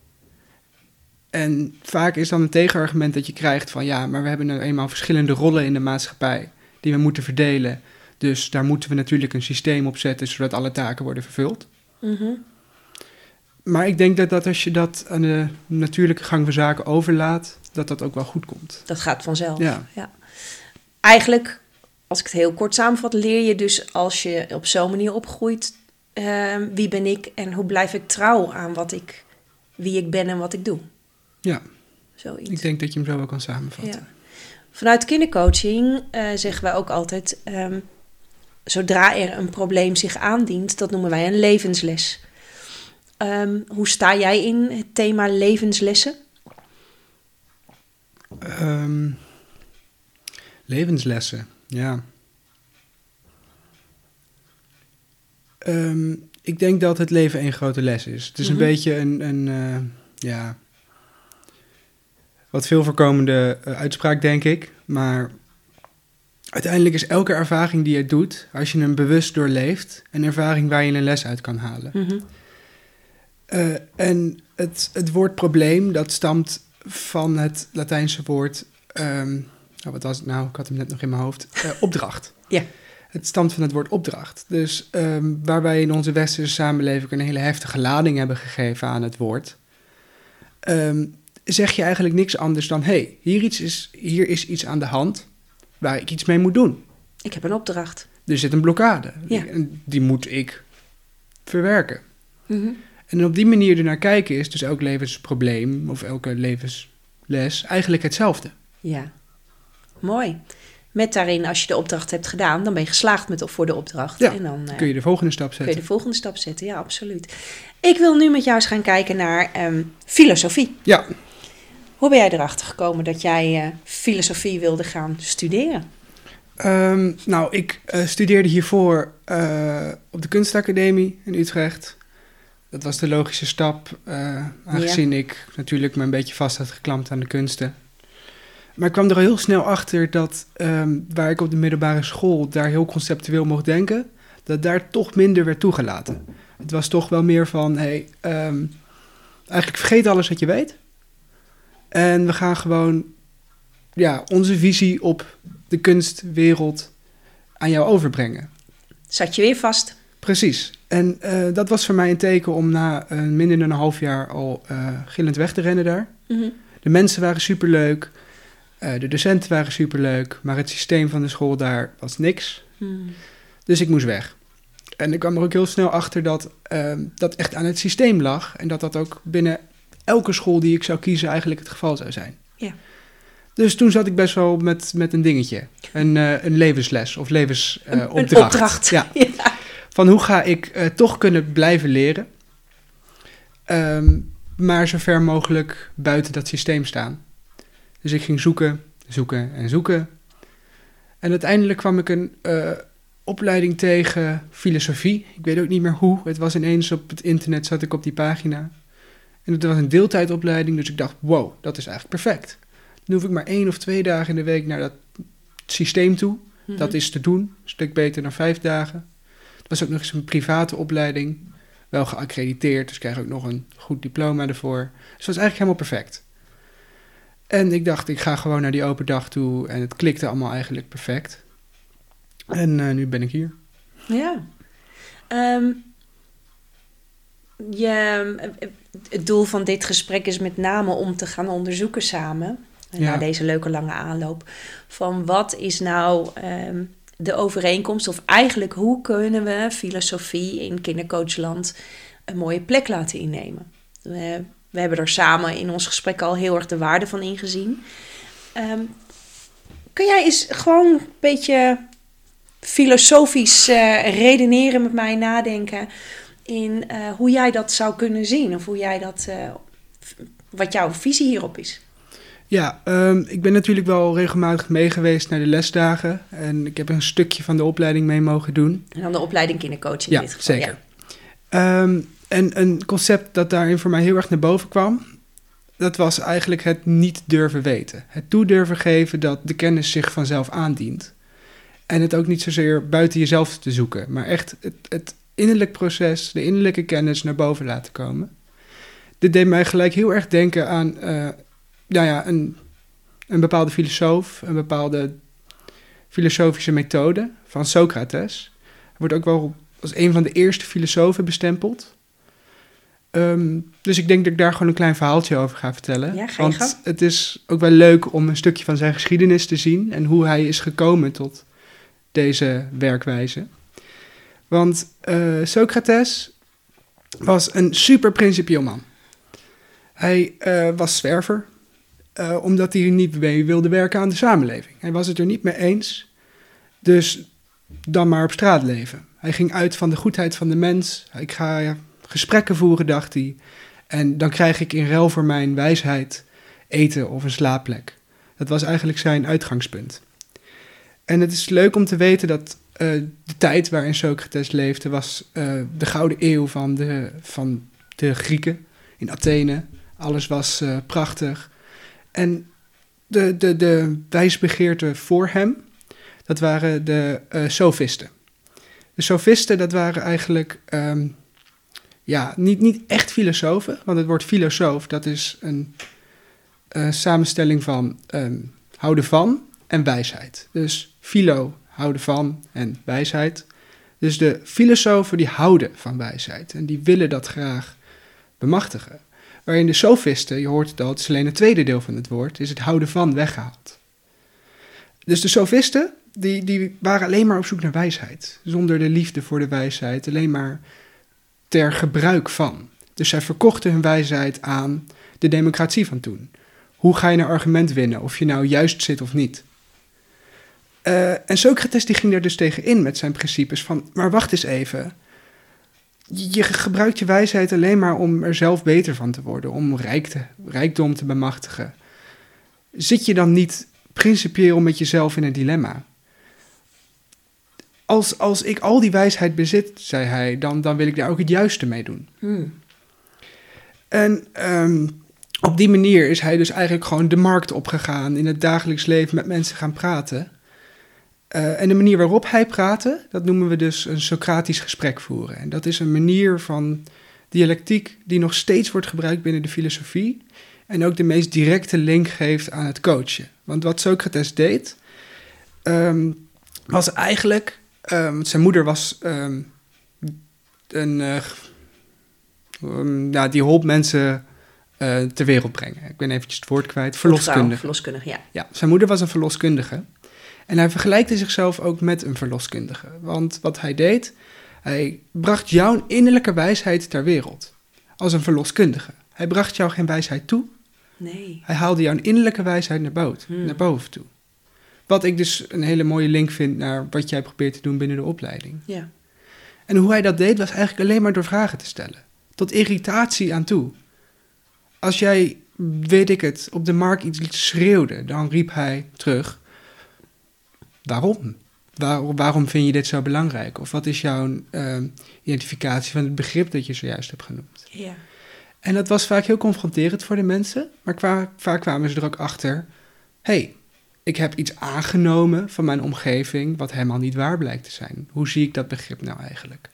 En vaak is dan een tegenargument dat je krijgt van ja, maar we hebben nou eenmaal verschillende rollen in de maatschappij die we moeten verdelen. Dus daar moeten we natuurlijk een systeem op zetten zodat alle taken worden vervuld. Mm-hmm. Maar ik denk dat, dat als je dat aan de natuurlijke gang van zaken overlaat, dat dat ook wel goed komt. Dat gaat vanzelf. Ja. Ja. Eigenlijk, als ik het heel kort samenvat, leer je dus als je op zo'n manier opgroeit, uh, wie ben ik en hoe blijf ik trouw aan wat ik, wie ik ben en wat ik doe. Ja, Zoiets. ik denk dat je hem zo wel kan samenvatten. Ja. Vanuit kindercoaching uh, zeggen wij ook altijd, um, zodra er een probleem zich aandient, dat noemen wij een levensles. Um, hoe sta jij in het thema levenslessen? Um, levenslessen, ja. Um, ik denk dat het leven één grote les is. Het is mm-hmm. een beetje een, een uh, ja, wat veel voorkomende uh, uitspraak, denk ik. Maar uiteindelijk is elke ervaring die je doet, als je hem bewust doorleeft, een ervaring waar je een les uit kan halen. Mm-hmm. Uh, en het, het woord probleem, dat stamt van het Latijnse woord, um, oh, wat was het nou? Ik had hem net nog in mijn hoofd. Uh, opdracht. Ja. Het stamt van het woord opdracht. Dus um, waar wij in onze westerse samenleving een hele heftige lading hebben gegeven aan het woord, um, zeg je eigenlijk niks anders dan, hé, hey, hier, iets is, hier is iets aan de hand waar ik iets mee moet doen. Ik heb een opdracht. Er zit een blokkade. Ja. En die moet ik verwerken. Mm-hmm. En op die manier ernaar kijken is dus elk levensprobleem of elke levensles eigenlijk hetzelfde. Ja, mooi. Met daarin, als je de opdracht hebt gedaan, dan ben je geslaagd met, voor de opdracht. Ja, en dan uh, kun je de volgende stap zetten. Kun je de volgende stap zetten, ja, absoluut. Ik wil nu met jou eens gaan kijken naar um, filosofie. Ja. Hoe ben jij erachter gekomen dat jij uh, filosofie wilde gaan studeren? Um, nou, ik uh, studeerde hiervoor uh, op de kunstacademie in Utrecht. Dat was de logische stap, uh, aangezien ja. ik natuurlijk me een beetje vast had geklampt aan de kunsten. Maar ik kwam er al heel snel achter dat um, waar ik op de middelbare school daar heel conceptueel mocht denken, dat daar toch minder werd toegelaten. Het was toch wel meer van, hey, um, eigenlijk vergeet alles wat je weet. En we gaan gewoon ja, onze visie op de kunstwereld aan jou overbrengen. Zat je weer vast? Precies. En uh, dat was voor mij een teken om na uh, minder dan een half jaar al uh, gillend weg te rennen daar. Mm-hmm. De mensen waren superleuk, uh, de docenten waren superleuk, maar het systeem van de school daar was niks. Mm. Dus ik moest weg. En ik kwam er ook heel snel achter dat uh, dat echt aan het systeem lag en dat dat ook binnen elke school die ik zou kiezen eigenlijk het geval zou zijn. Ja. Dus toen zat ik best wel met, met een dingetje, een, uh, een levensles of levensopdracht. Uh, een, een opdracht. Ja. Ja. Van hoe ga ik uh, toch kunnen blijven leren, um, maar zo ver mogelijk buiten dat systeem staan. Dus ik ging zoeken, zoeken en zoeken. En uiteindelijk kwam ik een uh, opleiding tegen filosofie. Ik weet ook niet meer hoe. Het was ineens op het internet, zat ik op die pagina. En het was een deeltijdopleiding, dus ik dacht, wow, dat is eigenlijk perfect. Dan hoef ik maar één of twee dagen in de week naar dat systeem toe. Mm-hmm. Dat is te doen, een stuk beter dan vijf dagen. Het was ook nog eens een private opleiding, wel geaccrediteerd, dus ik krijg ook nog een goed diploma ervoor. Dus dat was eigenlijk helemaal perfect. En ik dacht, ik ga gewoon naar die open dag toe en het klikte allemaal eigenlijk perfect. En uh, nu ben ik hier. Ja. Um, je, het doel van dit gesprek is met name om te gaan onderzoeken samen, ja. na deze leuke lange aanloop, van wat is nou um, de overeenkomst, of eigenlijk hoe kunnen we filosofie in kindercoachland een mooie plek laten innemen. We, we hebben er samen in ons gesprek al heel erg de waarde van ingezien. Um, kun jij eens gewoon een beetje filosofisch uh, redeneren met mij, nadenken in uh, hoe jij dat zou kunnen zien, of hoe jij dat, uh, wat jouw visie hierop is? Ja, um, ik ben natuurlijk wel regelmatig meegeweest naar de lesdagen. En ik heb een stukje van de opleiding mee mogen doen. En dan de opleiding kindercoaching ja, in dit geval. Zeker. Ja, um, en een concept dat daarin voor mij heel erg naar boven kwam, dat was eigenlijk het niet durven weten. Het toe durven geven dat de kennis zich vanzelf aandient. En het ook niet zozeer buiten jezelf te zoeken, maar echt het, het innerlijk proces, de innerlijke kennis naar boven laten komen. Dit deed mij gelijk heel erg denken aan uh, nou ja, een, een bepaalde filosoof, een bepaalde filosofische methode van Socrates. Hij wordt ook wel als een van de eerste filosofen bestempeld. Um, dus ik denk dat ik daar gewoon een klein verhaaltje over ga vertellen. Ja, ga je Want gang. Het is ook wel leuk om een stukje van zijn geschiedenis te zien en hoe hij is gekomen tot deze werkwijze. Want uh, Socrates was een super principieel man. Hij uh, was zwerver Uh, omdat hij niet mee wilde werken aan de samenleving. Hij was het er niet mee eens. Dus dan maar op straat leven. Hij ging uit van de goedheid van de mens. Ik ga ja, gesprekken voeren, dacht hij. En dan krijg ik in ruil voor mijn wijsheid eten of een slaapplek. Dat was eigenlijk zijn uitgangspunt. En het is leuk om te weten dat uh, de tijd waarin Socrates leefde was uh, de gouden eeuw van de, van de Grieken in Athene. Alles was uh, prachtig. En de, de, de wijsbegeerten voor hem, dat waren de uh, sofisten. De sofisten, dat waren eigenlijk um, ja, niet, niet echt filosofen, want het woord filosoof, dat is een uh, samenstelling van um, houden van en wijsheid. Dus philo, houden van en wijsheid. Dus de filosofen die houden van wijsheid en die willen dat graag bemachtigen. Waarin de sofisten, je hoort het al, het is alleen het tweede deel van het woord, is het houden van weggehaald. Dus de sofisten, die, die waren alleen maar op zoek naar wijsheid. Zonder de liefde voor de wijsheid, alleen maar ter gebruik van. Dus zij verkochten hun wijsheid aan de democratie van toen. Hoe ga je een argument winnen, of je nou juist zit of niet? Uh, en Socrates die ging daar dus tegen in met zijn principes van, maar wacht eens even. Je gebruikt je wijsheid alleen maar om er zelf beter van te worden, om rijk te, rijkdom te bemachtigen. Zit je dan niet principieel met jezelf in een dilemma? Als, als ik al die wijsheid bezit, zei hij, dan, dan wil ik daar ook het juiste mee doen. Hmm. En um, op die manier is hij dus eigenlijk gewoon de markt opgegaan, in het dagelijks leven met mensen gaan praten. Uh, en de manier waarop hij praatte, dat noemen we dus een Socratisch gesprek voeren. En dat is een manier van dialectiek die nog steeds wordt gebruikt binnen de filosofie. En ook de meest directe link geeft aan het coachen. Want wat Socrates deed, um, was eigenlijk, um, zijn moeder was um, een, uh, um, ja, die hielp mensen uh, ter wereld brengen. Ik ben eventjes het woord kwijt. Verloskundige. Verloskundige, ja. Ja, zijn moeder was een verloskundige. En hij vergelijkte zichzelf ook met een verloskundige. Want wat hij deed, hij bracht jouw innerlijke wijsheid ter wereld. Als een verloskundige. Hij bracht jou geen wijsheid toe. Nee. Hij haalde jouw innerlijke wijsheid naar boven, hmm. naar boven toe. Wat ik dus een hele mooie link vind naar wat jij probeert te doen binnen de opleiding. Ja. En hoe hij dat deed was eigenlijk alleen maar door vragen te stellen. Tot irritatie aan toe. Als jij, weet ik het, op de markt iets schreeuwde, dan riep hij terug: waarom? Waar, waarom vind je dit zo belangrijk? Of wat is jouw uh, identificatie van het begrip dat je zojuist hebt genoemd? Ja. En dat was vaak heel confronterend voor de mensen, maar kwa, vaak kwamen ze er ook achter: hé, hey, ik heb iets aangenomen van mijn omgeving wat helemaal niet waar blijkt te zijn. Hoe zie ik dat begrip nou eigenlijk?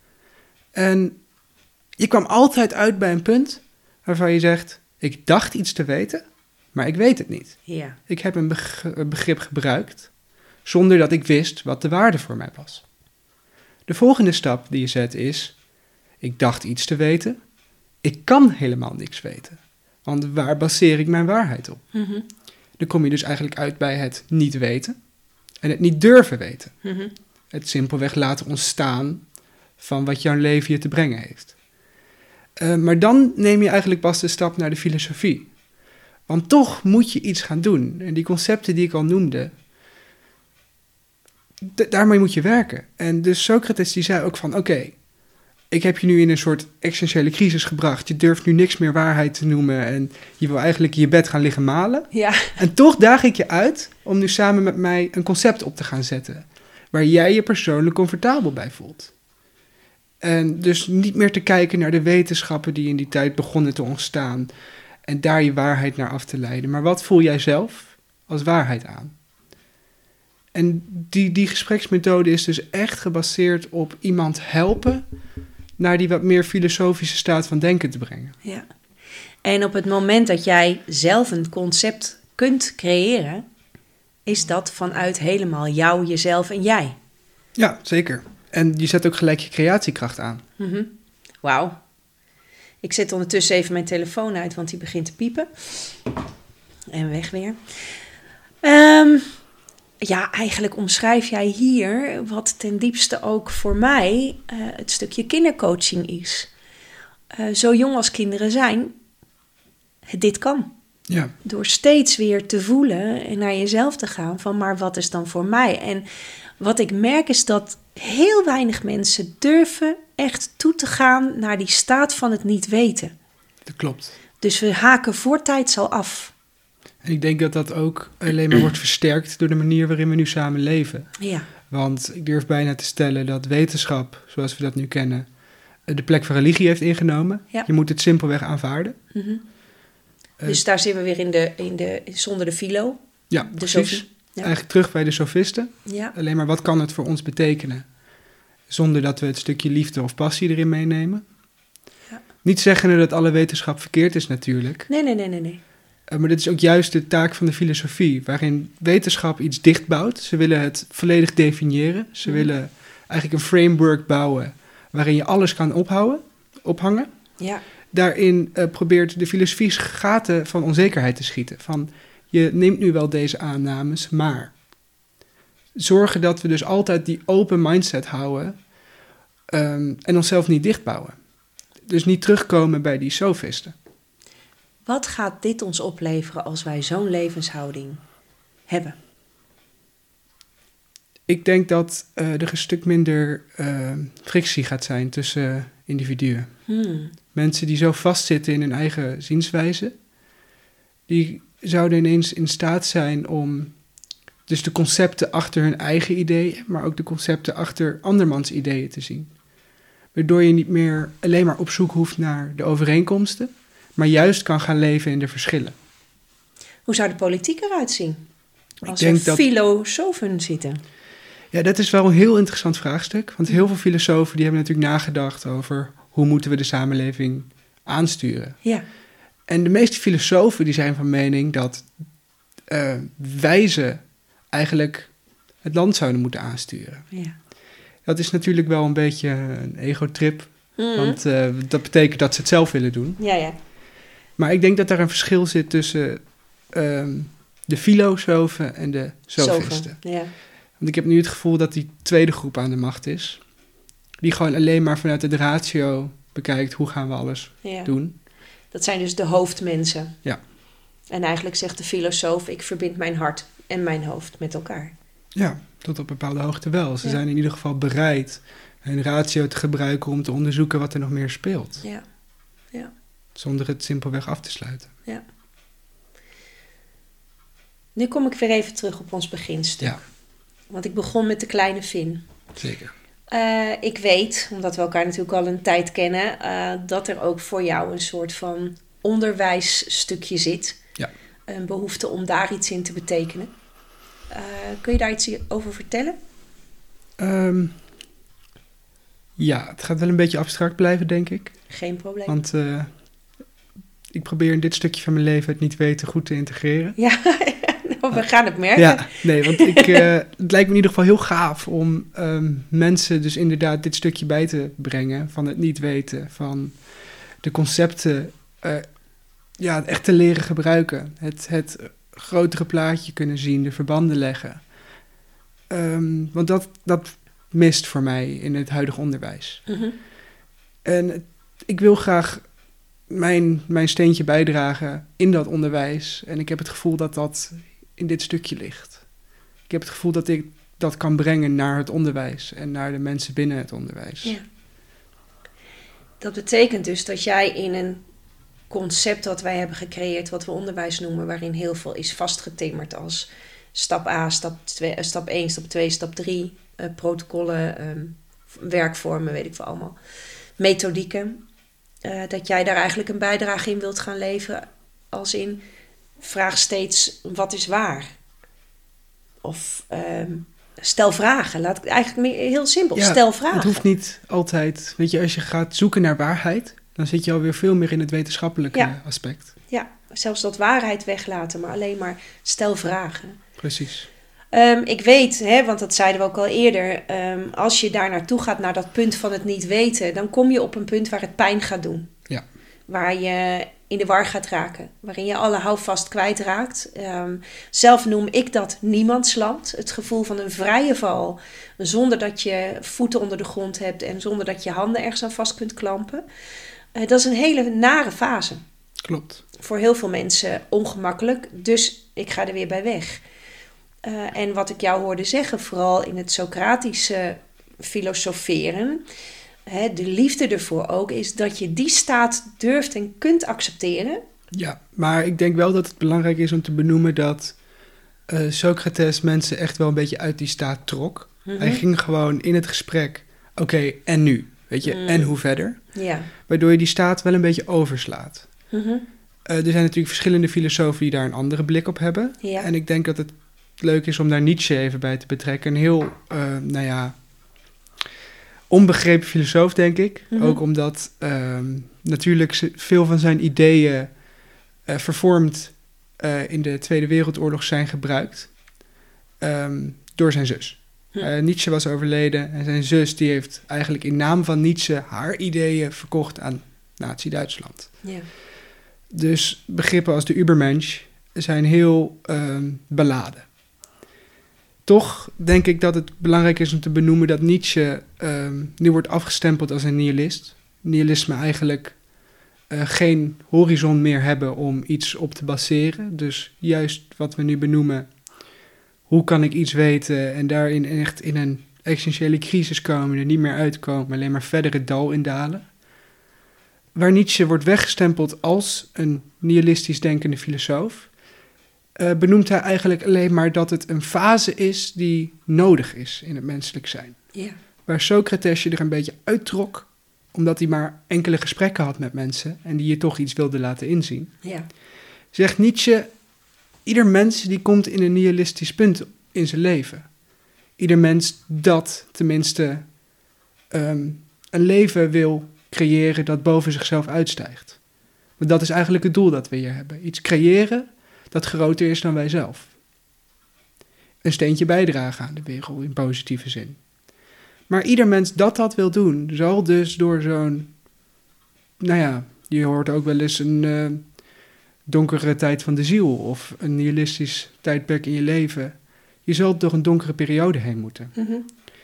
En je kwam altijd uit bij een punt waarvan je zegt: ik dacht iets te weten, maar ik weet het niet. Ja. Ik heb een, beg- een begrip gebruikt zonder dat ik wist wat de waarde voor mij was. De volgende stap die je zet is: ik dacht iets te weten, ik kan helemaal niks weten. Want waar baseer ik mijn waarheid op? Mm-hmm. Dan kom je dus eigenlijk uit bij het niet weten en het niet durven weten. Mm-hmm. Het simpelweg laten ontstaan van wat jouw leven je te brengen heeft. Uh, maar dan neem je eigenlijk pas de stap naar de filosofie. Want toch moet je iets gaan doen. En die concepten die ik al noemde, d- daarmee moet je werken. En dus Socrates die zei ook van: oké, okay, ik heb je nu in een soort existentiële crisis gebracht. Je durft nu niks meer waarheid te noemen en je wil eigenlijk in je bed gaan liggen malen. Ja. En toch daag ik je uit om nu samen met mij een concept op te gaan zetten, waar jij je persoonlijk comfortabel bij voelt. En dus niet meer te kijken naar de wetenschappen die in die tijd begonnen te ontstaan en daar je waarheid naar af te leiden. Maar wat voel jij zelf als waarheid aan? En die, die gespreksmethode is dus echt gebaseerd op iemand helpen naar die wat meer filosofische staat van denken te brengen. Ja. En op het moment dat jij zelf een concept kunt creëren, is dat vanuit helemaal jou, jezelf en jij. Ja, zeker. En je zet ook gelijk je creatiekracht aan. Mm-hmm. Wauw. Ik zet ondertussen even mijn telefoon uit, want die begint te piepen. En weg weer. Um, ja, eigenlijk omschrijf jij hier wat ten diepste ook voor mij uh, het stukje kindercoaching is. Uh, zo jong als kinderen zijn, dit kan. Ja. Door steeds weer te voelen en naar jezelf te gaan van, maar wat is dan voor mij? En wat ik merk is dat heel weinig mensen durven echt toe te gaan naar die staat van het niet weten. Dat klopt. Dus we haken voortijds al af. En ik denk dat dat ook alleen maar wordt versterkt door de manier waarin we nu samen leven. Ja. Want ik durf bijna te stellen dat wetenschap, zoals we dat nu kennen, de plek van religie heeft ingenomen. Ja. Je moet het simpelweg aanvaarden. Mm-hmm. Uh, dus daar zitten we weer in de, in de zonder de philo. Ja, de precies. Sofie. Ja. Eigenlijk terug bij de sofisten. Ja. Alleen maar wat kan het voor ons betekenen? Zonder dat we het stukje liefde of passie erin meenemen. Ja. Niet zeggen dat alle wetenschap verkeerd is natuurlijk. Nee, nee, nee, nee, nee. Uh, maar dit is ook juist de taak van de filosofie, waarin wetenschap iets dichtbouwt. Ze willen het volledig definiëren. Ze Mm. willen eigenlijk een framework bouwen waarin je alles kan ophouden, ophangen. Ja. Daarin uh, probeert de filosofie gaten van onzekerheid te schieten. Van, je neemt nu wel deze aannames, maar zorgen dat we dus altijd die open mindset houden um, en onszelf niet dichtbouwen. Dus niet terugkomen bij die sofisten. Wat gaat dit ons opleveren als wij zo'n levenshouding hebben? Ik denk dat uh, er een stuk minder uh, frictie gaat zijn tussen uh, individuen. Hmm. Mensen die zo vastzitten in hun eigen zienswijze, die zouden ineens in staat zijn om dus de concepten achter hun eigen ideeën, maar ook de concepten achter andermans ideeën te zien. Waardoor je niet meer alleen maar op zoek hoeft naar de overeenkomsten, maar juist kan gaan leven in de verschillen. Hoe zou de politiek eruit zien als Ik denk er dat, filosofen zitten? Ja, dat is wel een heel interessant vraagstuk. Want heel veel filosofen die hebben natuurlijk nagedacht over hoe moeten we de samenleving aansturen. Ja. En de meeste filosofen die zijn van mening dat uh, wijzen eigenlijk het land zouden moeten aansturen. Ja. Dat is natuurlijk wel een beetje een egotrip. Mm. Want uh, dat betekent dat ze het zelf willen doen. Ja, ja. Maar ik denk dat daar een verschil zit tussen uh, de filosofen en de sofisten. Sofen, ja. Want ik heb nu het gevoel dat die tweede groep aan de macht is. Die gewoon alleen maar vanuit de ratio bekijkt hoe gaan we alles Ja. doen. Dat zijn dus de hoofdmensen. Ja. En eigenlijk zegt de filosoof, ik verbind mijn hart en mijn hoofd met elkaar. Ja, tot op bepaalde hoogte wel. Ze Ja. zijn in ieder geval bereid hun ratio te gebruiken om te onderzoeken wat er nog meer speelt. Ja. Ja. Zonder het simpelweg af te sluiten. Ja. Nu kom ik weer even terug op ons beginstuk. Ja. Want ik begon met de kleine Finn. Zeker. Uh, ik weet, omdat we elkaar natuurlijk al een tijd kennen, uh, dat er ook voor jou een soort van onderwijsstukje zit. Ja. Een behoefte om daar iets in te betekenen. Uh, kun je daar iets over vertellen? Um, ja, het gaat wel een beetje abstract blijven, denk ik. Geen probleem. Want uh, ik probeer in dit stukje van mijn leven het niet weten goed te integreren. Ja, nou, we gaan het merken. Ja, nee, want ik, uh, het lijkt me in ieder geval heel gaaf om um, mensen dus inderdaad dit stukje bij te brengen van het niet weten, van de concepten uh, ja, echt te leren gebruiken. Het, het grotere plaatje kunnen zien, de verbanden leggen. Um, want dat, dat mist voor mij in het huidige onderwijs. Mm-hmm. En het, ik wil graag mijn, mijn steentje bijdragen in dat onderwijs. En ik heb het gevoel dat dat in dit stukje ligt. Ik heb het gevoel dat ik dat kan brengen naar het onderwijs en naar de mensen binnen het onderwijs. Ja. Dat betekent dus dat jij in een concept wat wij hebben gecreëerd, wat we onderwijs noemen, waarin heel veel is vastgetimmerd als stap A, stap, twee, stap één, stap twee, stap drie, uh, protocollen, um, werkvormen, weet ik veel allemaal, methodieken. Uh, dat jij daar eigenlijk een bijdrage in wilt gaan leveren, als in vraag steeds wat is waar? Of um, stel vragen. Laat ik eigenlijk meer, heel simpel. Ja, stel vragen. Het hoeft niet altijd. Weet je, als je gaat zoeken naar waarheid, dan zit je alweer veel meer in het wetenschappelijke ja. aspect. Ja, zelfs dat waarheid weglaten, maar alleen maar stel vragen. Precies. Um, ik weet, hè, want dat zeiden we ook al eerder, um, als je daar naartoe gaat, naar dat punt van het niet weten, dan kom je op een punt waar het pijn gaat doen. Ja. Waar je in de war gaat raken, waarin je alle houvast kwijtraakt. Um, zelf noem ik dat niemandsland. Het gevoel van een vrije val, zonder dat je voeten onder de grond hebt en zonder dat je handen ergens aan vast kunt klampen. Uh, dat is een hele nare fase. Klopt. Voor heel veel mensen ongemakkelijk, dus ik ga er weer bij weg. Uh, en wat ik jou hoorde zeggen, vooral in het Socratische filosoferen, hè, de liefde ervoor ook, is dat je die staat durft en kunt accepteren. Ja, maar ik denk wel dat het belangrijk is om te benoemen dat uh, Socrates mensen echt wel een beetje uit die staat trok. Mm-hmm. Hij ging gewoon in het gesprek, oké, okay, en nu? Weet je, mm. en hoe verder? Ja. Waardoor je die staat wel een beetje overslaat. Mm-hmm. Uh, er zijn natuurlijk verschillende filosofen die daar een andere blik op hebben. Ja. En ik denk dat het leuk is om daar Nietzsche even bij te betrekken. Een heel, uh, nou ja, onbegrepen filosoof, denk ik. Mm-hmm. Ook omdat uh, natuurlijk veel van zijn ideeën uh, vervormd uh, in de Tweede Wereldoorlog zijn gebruikt um, door zijn zus. Uh, Nietzsche was overleden en zijn zus die heeft eigenlijk in naam van Nietzsche haar ideeën verkocht aan Nazi-Duitsland. Ja. Dus begrippen als de Übermensch zijn heel um, beladen. Toch denk ik dat het belangrijk is om te benoemen dat Nietzsche um, nu wordt afgestempeld als een nihilist. Nihilisme eigenlijk uh, geen horizon meer hebben om iets op te baseren. Dus juist wat we nu benoemen, hoe kan ik iets weten en daarin echt in een existentiële crisis komen, er niet meer uitkomen, alleen maar verder het dal indalen. Waar Nietzsche wordt weggestempeld als een nihilistisch denkende filosoof, uh, benoemt hij eigenlijk alleen maar dat het een fase is die nodig is in het menselijk zijn. Yeah. Waar Socrates je er een beetje uittrok, omdat hij maar enkele gesprekken had met mensen en die je toch iets wilde laten inzien. Yeah. Zegt Nietzsche, ieder mens die komt in een nihilistisch punt in zijn leven. Ieder mens dat tenminste um, een leven wil creëren dat boven zichzelf uitstijgt. Want dat is eigenlijk het doel dat we hier hebben. Iets creëren dat groter is dan wij zelf. Een steentje bijdragen aan de wereld in positieve zin. Maar ieder mens dat dat wil doen, zal dus door zo'n, nou ja, je hoort ook wel eens een uh, donkere tijd van de ziel of een nihilistisch tijdperk in je leven. Je zult door een donkere periode heen moeten. Mm-hmm.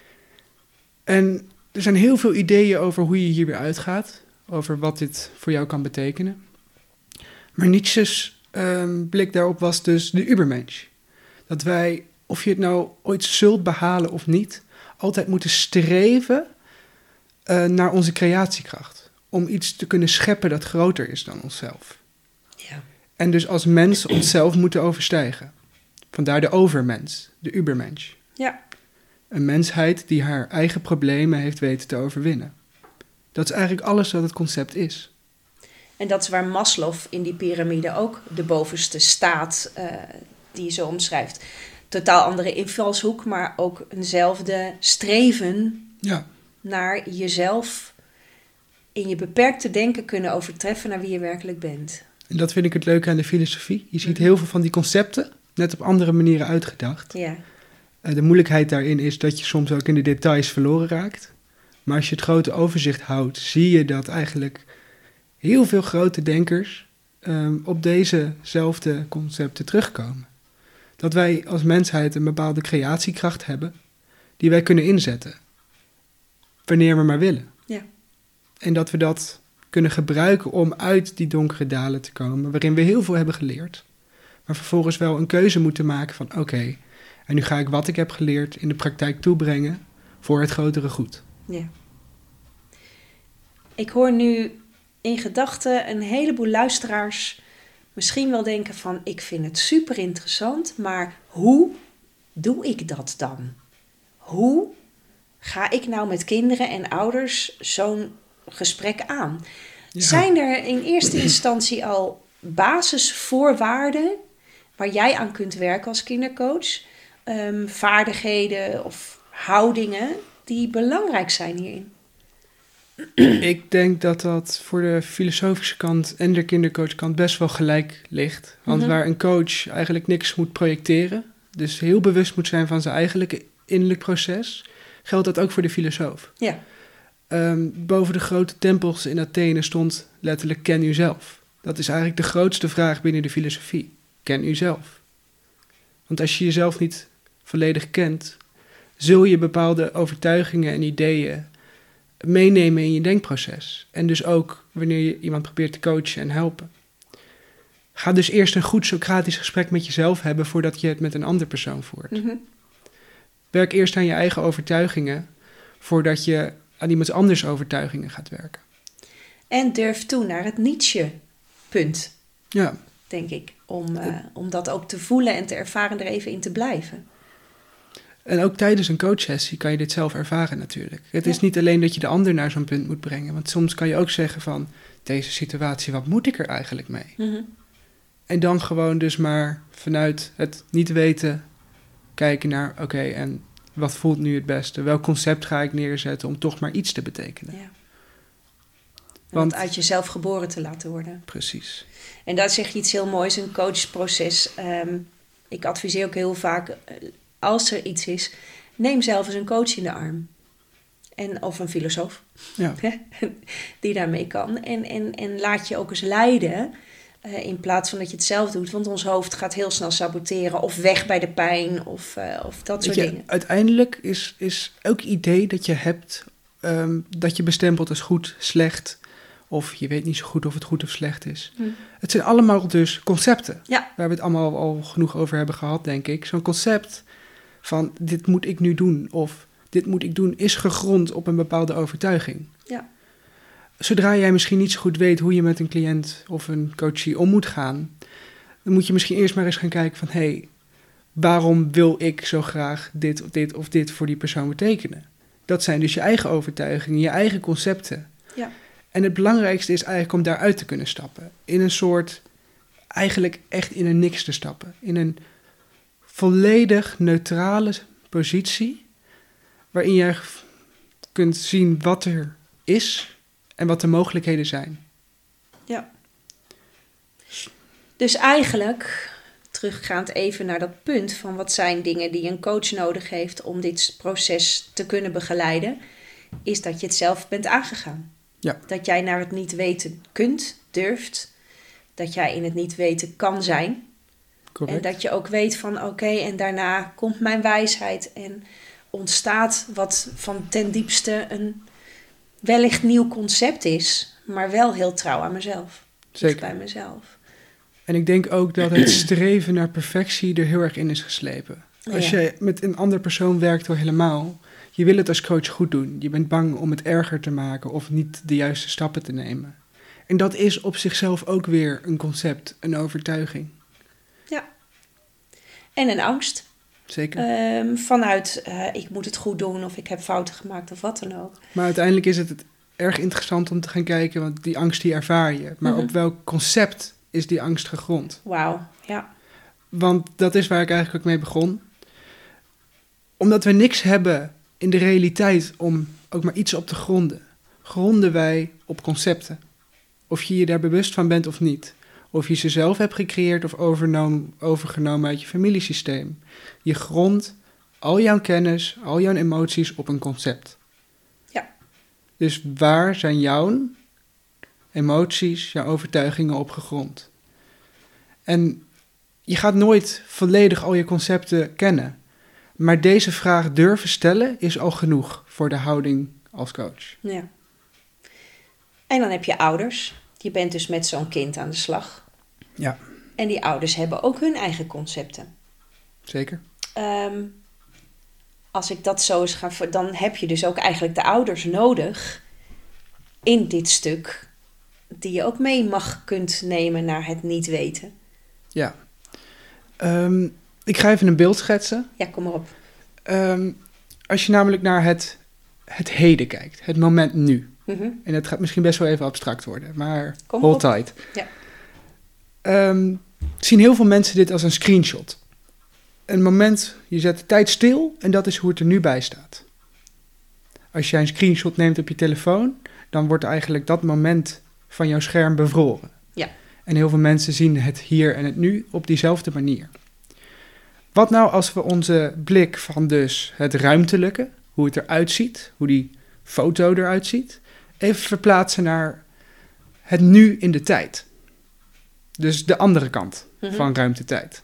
En er zijn heel veel ideeën over hoe je hier weer uitgaat, over wat dit voor jou kan betekenen. Maar Nietzsche's um, blik daarop was dus de Übermensch. Dat wij, of je het nou ooit zult behalen of niet, altijd moeten streven uh, naar onze creatiekracht. Om iets te kunnen scheppen dat groter is dan onszelf. Ja. En dus als mens onszelf moeten overstijgen. Vandaar de overmens, de Übermensch. Ja. Een mensheid die haar eigen problemen heeft weten te overwinnen. Dat is eigenlijk alles wat het concept is. En dat is waar Maslow in die piramide ook de bovenste staat uh, die je zo omschrijft. Totaal andere invalshoek, maar ook eenzelfde streven ja. naar jezelf in je beperkte denken kunnen overtreffen naar wie je werkelijk bent. En dat vind ik het leuke aan de filosofie. Je ziet heel veel van die concepten net op andere manieren uitgedacht. Ja. De moeilijkheid daarin is dat je soms ook in de details verloren raakt. Maar als je het grote overzicht houdt, zie je dat eigenlijk heel veel grote denkers um, op dezezelfde concepten terugkomen. Dat wij als mensheid een bepaalde creatiekracht hebben die wij kunnen inzetten. Wanneer we maar willen. Ja. En dat we dat kunnen gebruiken om uit die donkere dalen te komen, waarin we heel veel hebben geleerd. Maar vervolgens wel een keuze moeten maken van oké, okay, en nu ga ik wat ik heb geleerd in de praktijk toebrengen voor het grotere goed. Ja. Ik hoor nu in gedachten een heleboel luisteraars misschien wel denken van ik vind het super interessant, maar hoe doe ik dat dan? Hoe ga ik nou met kinderen en ouders zo'n gesprek aan? Ja. Zijn er in eerste instantie al basisvoorwaarden waar jij aan kunt werken als kindercoach? Um, vaardigheden of houdingen die belangrijk zijn hierin? Ik denk dat dat voor de filosofische kant en de kindercoachkant best wel gelijk ligt. Want mm-hmm. waar een coach eigenlijk niks moet projecteren, dus heel bewust moet zijn van zijn eigenlijke innerlijk proces, geldt dat ook voor de filosoof. Ja. Um, boven de grote tempels in Athene stond letterlijk ken u zelf. Dat is eigenlijk de grootste vraag binnen de filosofie. Ken u zelf. Want als je jezelf niet volledig kent, zul je bepaalde overtuigingen en ideeën meenemen in je denkproces. En dus ook wanneer je iemand probeert te coachen en helpen. ga dus eerst een goed Socratisch gesprek met jezelf hebben voordat je het met een andere persoon voert. Mm-hmm. Werk eerst aan je eigen overtuigingen voordat je aan iemand anders overtuigingen gaat werken. En durf toe naar het Nietzsche-punt, Ja. denk ik. Om, uh, om dat ook te voelen en te ervaren er even in te blijven. En ook tijdens een coachsessie kan je dit zelf ervaren natuurlijk. Het Ja. is niet alleen dat je de ander naar zo'n punt moet brengen. Want soms kan je ook zeggen van, deze situatie, wat moet ik er eigenlijk mee? Mm-hmm. En dan gewoon dus maar vanuit het niet weten kijken naar, oké, okay, en wat voelt nu het beste? Welk concept ga ik neerzetten om toch maar iets te betekenen? Ja. Want Want uit jezelf geboren te laten worden. Precies. En daar zeg je iets heel moois, een coachproces. Um, ik adviseer ook heel vaak, uh, als er iets is, neem zelf eens een coach in de arm. En, of een filosoof, Ja. die daarmee kan. En, en, en laat je ook eens leiden, uh, in plaats van dat je het zelf doet. Want ons hoofd gaat heel snel saboteren, of weg bij de pijn, of, uh, of dat soort Weet je, dingen. uiteindelijk is, is elk idee dat je hebt, um, dat je bestempelt als goed, slecht, of je weet niet zo goed of het goed of slecht is. Hm. Het zijn allemaal dus concepten, Ja. waar we het allemaal al genoeg over hebben gehad, denk ik. Zo'n concept van, dit moet ik nu doen, of dit moet ik doen, is gegrond op een bepaalde overtuiging. Ja. Zodra jij misschien niet zo goed weet hoe je met een cliënt of een coachie om moet gaan, dan moet je misschien eerst maar eens gaan kijken van, hé, hey, waarom wil ik zo graag dit of dit of dit voor die persoon betekenen? Dat zijn dus je eigen overtuigingen, je eigen concepten. Ja. En het belangrijkste is eigenlijk om daaruit te kunnen stappen. In een soort, eigenlijk echt in een niks te stappen. In een volledig neutrale positie, waarin je kunt zien wat er is en wat de mogelijkheden zijn. Ja. Dus eigenlijk, teruggaand even naar dat punt van wat zijn dingen die een coach nodig heeft om dit proces te kunnen begeleiden, is dat je het zelf bent aangegaan. Ja. Dat jij naar het niet weten kunt, durft. Dat jij in het niet weten kan zijn. Correct. En dat je ook weet van oké, okay, en daarna komt mijn wijsheid en ontstaat wat van ten diepste een wellicht nieuw concept is, maar wel heel trouw aan mezelf. Zeker. Bij mezelf. En ik denk ook dat het streven naar perfectie er heel erg in is geslepen. Als Ja. je met een andere persoon werkt al helemaal, je wil het als coach goed doen. Je bent bang om het erger te maken of niet de juiste stappen te nemen. En dat is op zichzelf ook weer een concept, een overtuiging. Ja. En een angst. Zeker. Um, vanuit uh, ik moet het goed doen of ik heb fouten gemaakt of wat dan ook. Maar uiteindelijk is het, het erg interessant om te gaan kijken, want die angst die ervaar je. Maar Mm-hmm. op welk concept is die angst gegrond? Wauw, ja. Want dat is waar ik eigenlijk ook mee begon. Omdat we niks hebben in de realiteit om ook maar iets op te gronden, gronden wij op concepten. Of je je daar bewust van bent of niet. Of je ze zelf hebt gecreëerd of overgenomen uit je familiesysteem. Je grondt al jouw kennis, al jouw emoties op een concept. Ja. Dus waar zijn jouw emoties, jouw overtuigingen op gegrond? En je gaat nooit volledig al je concepten kennen. Maar deze vraag durven stellen is al genoeg voor de houding als coach. Ja. En dan heb je ouders. Je bent dus met zo'n kind aan de slag. Ja. En die ouders hebben ook hun eigen concepten. Zeker. Um, als ik dat zo eens ga... Dan heb je dus ook eigenlijk de ouders nodig in dit stuk, die je ook mee mag kunt nemen naar het niet weten. Ja. Um, ik ga even een beeld schetsen. Ja, kom maar op. Um, als je namelijk naar het, het heden kijkt, het moment nu. Mm-hmm. En het gaat misschien best wel even abstract worden, maar Kom hold op. tight. Ja. Um, zien heel veel mensen dit als een screenshot. Een moment, je zet de tijd stil en dat is hoe het er nu bij staat. Als jij een screenshot neemt op je telefoon, dan wordt eigenlijk dat moment van jouw scherm bevroren. Ja. En heel veel mensen zien het hier en het nu op diezelfde manier. Wat nou als we onze blik van dus het ruimtelijke, hoe het eruit ziet, hoe die foto eruit ziet, even verplaatsen naar het nu in de tijd. Dus de andere kant Mm-hmm. van ruimtetijd.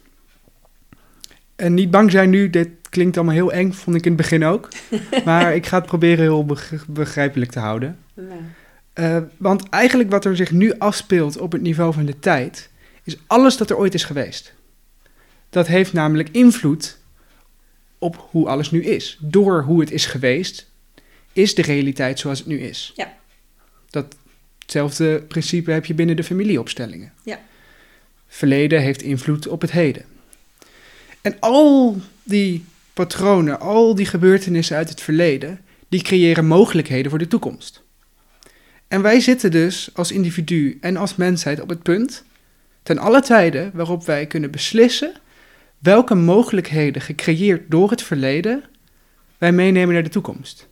En niet bang zijn nu, dit klinkt allemaal heel eng, vond ik in het begin ook. Maar ik ga het proberen heel beg- begrijpelijk te houden. Nou. Uh, want eigenlijk wat er zich nu afspeelt op het niveau van de tijd, is alles dat er ooit is geweest. Dat heeft namelijk invloed op hoe alles nu is. Door hoe het is geweest, is de realiteit zoals het nu is. Ja. Datzelfde principe heb je binnen de familieopstellingen. Ja. Verleden heeft invloed op het heden. En al die patronen, al die gebeurtenissen uit het verleden, die creëren mogelijkheden voor de toekomst. En wij zitten dus als individu en als mensheid op het punt, ten alle tijden, waarop wij kunnen beslissen welke mogelijkheden gecreëerd door het verleden wij meenemen naar de toekomst.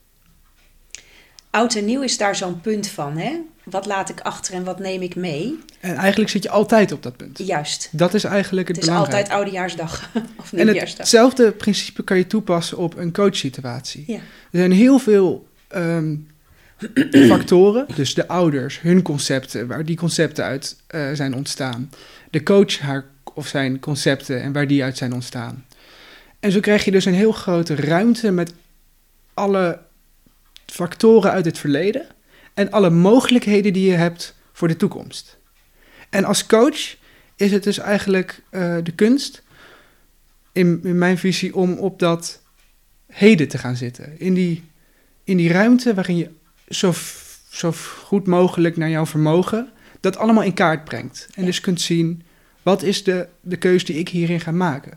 Oud en nieuw is daar zo'n punt van, hè? Wat laat ik achter en wat neem ik mee? En eigenlijk zit je altijd op dat punt. Juist. Dat is eigenlijk het, Het is belangrijke. altijd Oudejaarsdag of En Nieuwjaarsdag. hetzelfde principe kan je toepassen op een coachsituatie. Ja. Er zijn heel veel um, factoren, dus de ouders, hun concepten, waar die concepten uit uh, zijn ontstaan. De coach, haar of zijn concepten en waar die uit zijn ontstaan. En zo krijg je dus een heel grote ruimte met alle factoren uit het verleden en alle mogelijkheden die je hebt voor de toekomst. En als coach is het dus eigenlijk uh, de kunst, in, in mijn visie, om op dat heden te gaan zitten. In die, in die ruimte waarin je zo, zo goed mogelijk naar jouw vermogen dat allemaal in kaart brengt. En Ja. dus kunt zien, wat is de, de keus die ik hierin ga maken?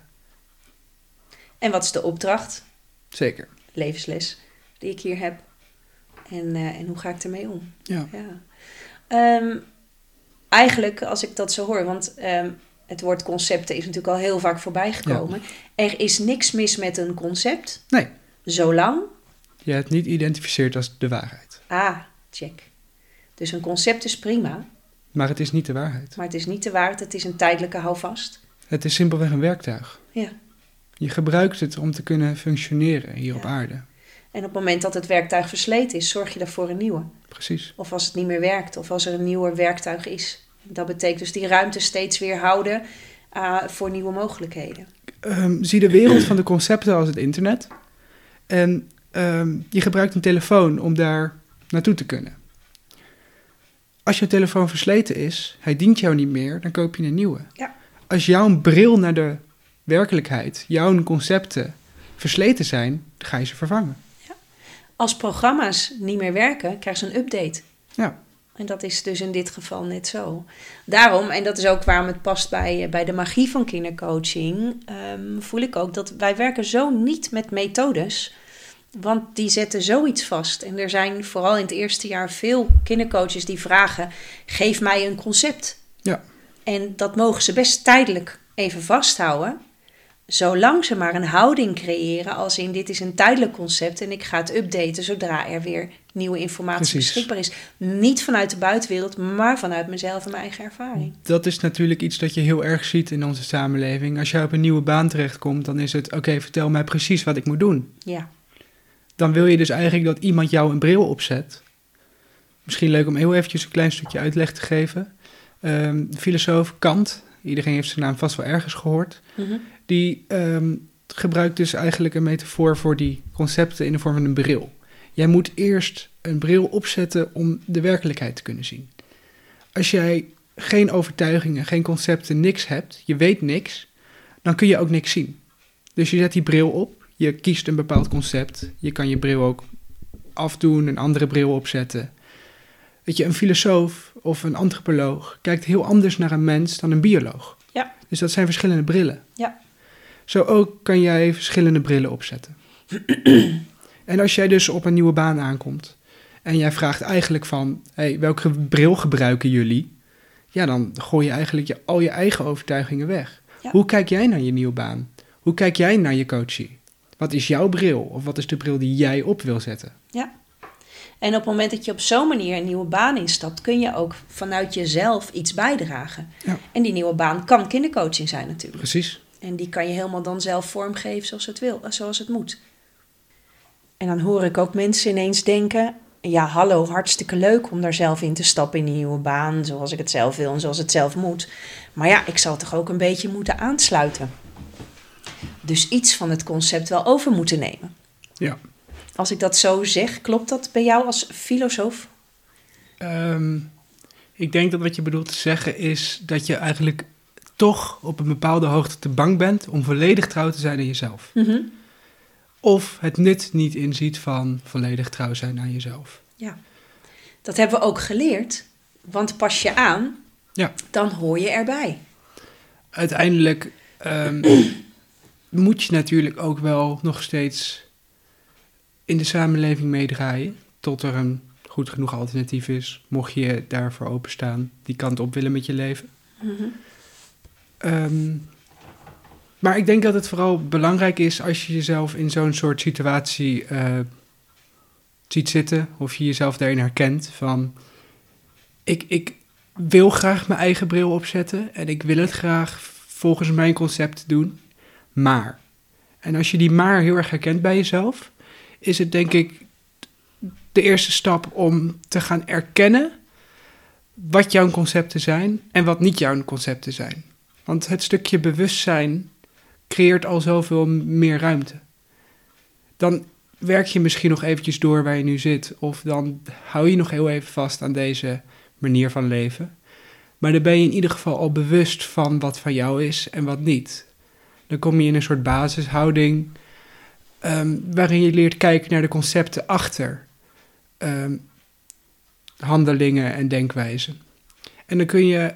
En wat is de opdracht, Zeker. levensles, die ik hier heb? En, uh, en hoe ga ik ermee om? Ja. Ja. Um, eigenlijk, als ik dat zo hoor, want um, het woord concepten is natuurlijk al heel vaak voorbij gekomen. Ja. Er is niks mis met een concept. Nee. Zolang Je het niet identificeert als de waarheid. Ah, check. Dus een concept is prima, Maar het is niet de waarheid. maar het is niet de waarheid. Het is een tijdelijke houvast. Het is simpelweg een werktuig. Ja. Je gebruikt het om te kunnen functioneren hier Ja. op aarde. En op het moment dat het werktuig versleten is, zorg je daarvoor een nieuwe. Precies. Of als het niet meer werkt, of als er een nieuwer werktuig is. Dat betekent dus die ruimte steeds weer houden uh, voor nieuwe mogelijkheden. Um, zie de wereld van de concepten als het internet. En um, je gebruikt een telefoon om daar naartoe te kunnen. Als je telefoon versleten is, hij dient jou niet meer, dan koop je een nieuwe. Ja. Als jouw bril naar de werkelijkheid, jouw concepten versleten zijn, dan ga je ze vervangen. Ja. Als programma's niet meer werken, krijgen ze een update. Ja. En dat is dus in dit geval net zo. Daarom, en dat is ook waarom het past bij, bij de magie van kindercoaching, um, voel ik ook dat wij werken zo niet met methodes. Want die zetten zoiets vast. En er zijn vooral in het eerste jaar veel kindercoaches die vragen, geef mij een concept. Ja. En dat mogen ze best tijdelijk even vasthouden. Zolang ze maar een houding creëren als in dit is een tijdelijk concept en ik ga het updaten zodra er weer nieuwe informatie Precies. beschikbaar is. Niet vanuit de buitenwereld, maar vanuit mezelf en mijn eigen ervaring. Dat is natuurlijk iets dat je heel erg ziet in onze samenleving. Als jij op een nieuwe baan terechtkomt, dan is het, oké, okay, vertel mij precies wat ik moet doen. Ja. Dan wil je dus eigenlijk dat iemand jou een bril opzet. Misschien leuk om heel eventjes een klein stukje uitleg te geven. Um, de filosoof Kant, iedereen heeft zijn naam vast wel ergens gehoord, Mm-hmm. die um, gebruikt dus eigenlijk een metafoor voor die concepten in de vorm van een bril. Jij moet eerst een bril opzetten om de werkelijkheid te kunnen zien. Als jij geen overtuigingen, geen concepten, niks hebt, je weet niks, dan kun je ook niks zien. Dus je zet die bril op, je kiest een bepaald concept, je kan je bril ook afdoen, een andere bril opzetten. Weet je, een filosoof of een antropoloog kijkt heel anders naar een mens dan een bioloog. Ja. Dus dat zijn verschillende brillen. Ja. Zo ook kan jij verschillende brillen opzetten. En als jij dus op een nieuwe baan aankomt en jij vraagt eigenlijk van, hey, welke bril gebruiken jullie? Ja, dan gooi je eigenlijk je, al je eigen overtuigingen weg. Ja. Hoe kijk jij naar je nieuwe baan? Hoe kijk jij naar je coachie? Wat is jouw bril? Of wat is de bril die jij op wil zetten? Ja. En op het moment dat je op zo'n manier een nieuwe baan instapt, kun je ook vanuit jezelf iets bijdragen. Ja. En die nieuwe baan kan kindercoaching zijn natuurlijk. Precies. En die kan je helemaal dan zelf vormgeven zoals het wil, zoals het moet. En dan hoor ik ook mensen ineens denken, ja hallo, hartstikke leuk om daar zelf in te stappen in die nieuwe baan, zoals ik het zelf wil en zoals het zelf moet. Maar ja, ik zal toch ook een beetje moeten aansluiten. Dus iets van het concept wel over moeten nemen. Ja. Als ik dat zo zeg, klopt dat bij jou als filosoof? Um, ik denk dat wat je bedoelt te zeggen is dat je eigenlijk toch op een bepaalde hoogte te bang bent om volledig trouw te zijn aan jezelf. Mm-hmm. Of het nut niet inziet van volledig trouw zijn aan jezelf. Ja, dat hebben we ook geleerd. Want pas je aan, Ja. dan hoor je erbij. Uiteindelijk um, moet je natuurlijk ook wel nog steeds in de samenleving meedraaien. Tot er een goed genoeg alternatief is. Mocht je daarvoor openstaan, die kant op willen met je leven. Mm-hmm. Um, maar ik denk dat het vooral belangrijk is als je jezelf in zo'n soort situatie uh, ziet zitten. Of je jezelf daarin herkent van... Ik, ik wil graag mijn eigen bril opzetten. En ik wil het graag volgens mijn concept doen. Maar. En als je die maar heel erg herkent bij jezelf... is het denk ik de eerste stap om te gaan erkennen... wat jouw concepten zijn en wat niet jouw concepten zijn. Want het stukje bewustzijn creëert al zoveel meer ruimte. Dan werk je misschien nog eventjes door waar je nu zit. Of dan hou je nog heel even vast aan deze manier van leven. Maar dan ben je in ieder geval al bewust van wat van jou is en wat niet. Dan kom je in een soort basishouding... Um, waarin je leert kijken naar de concepten achter um, handelingen en denkwijzen. En dan kun je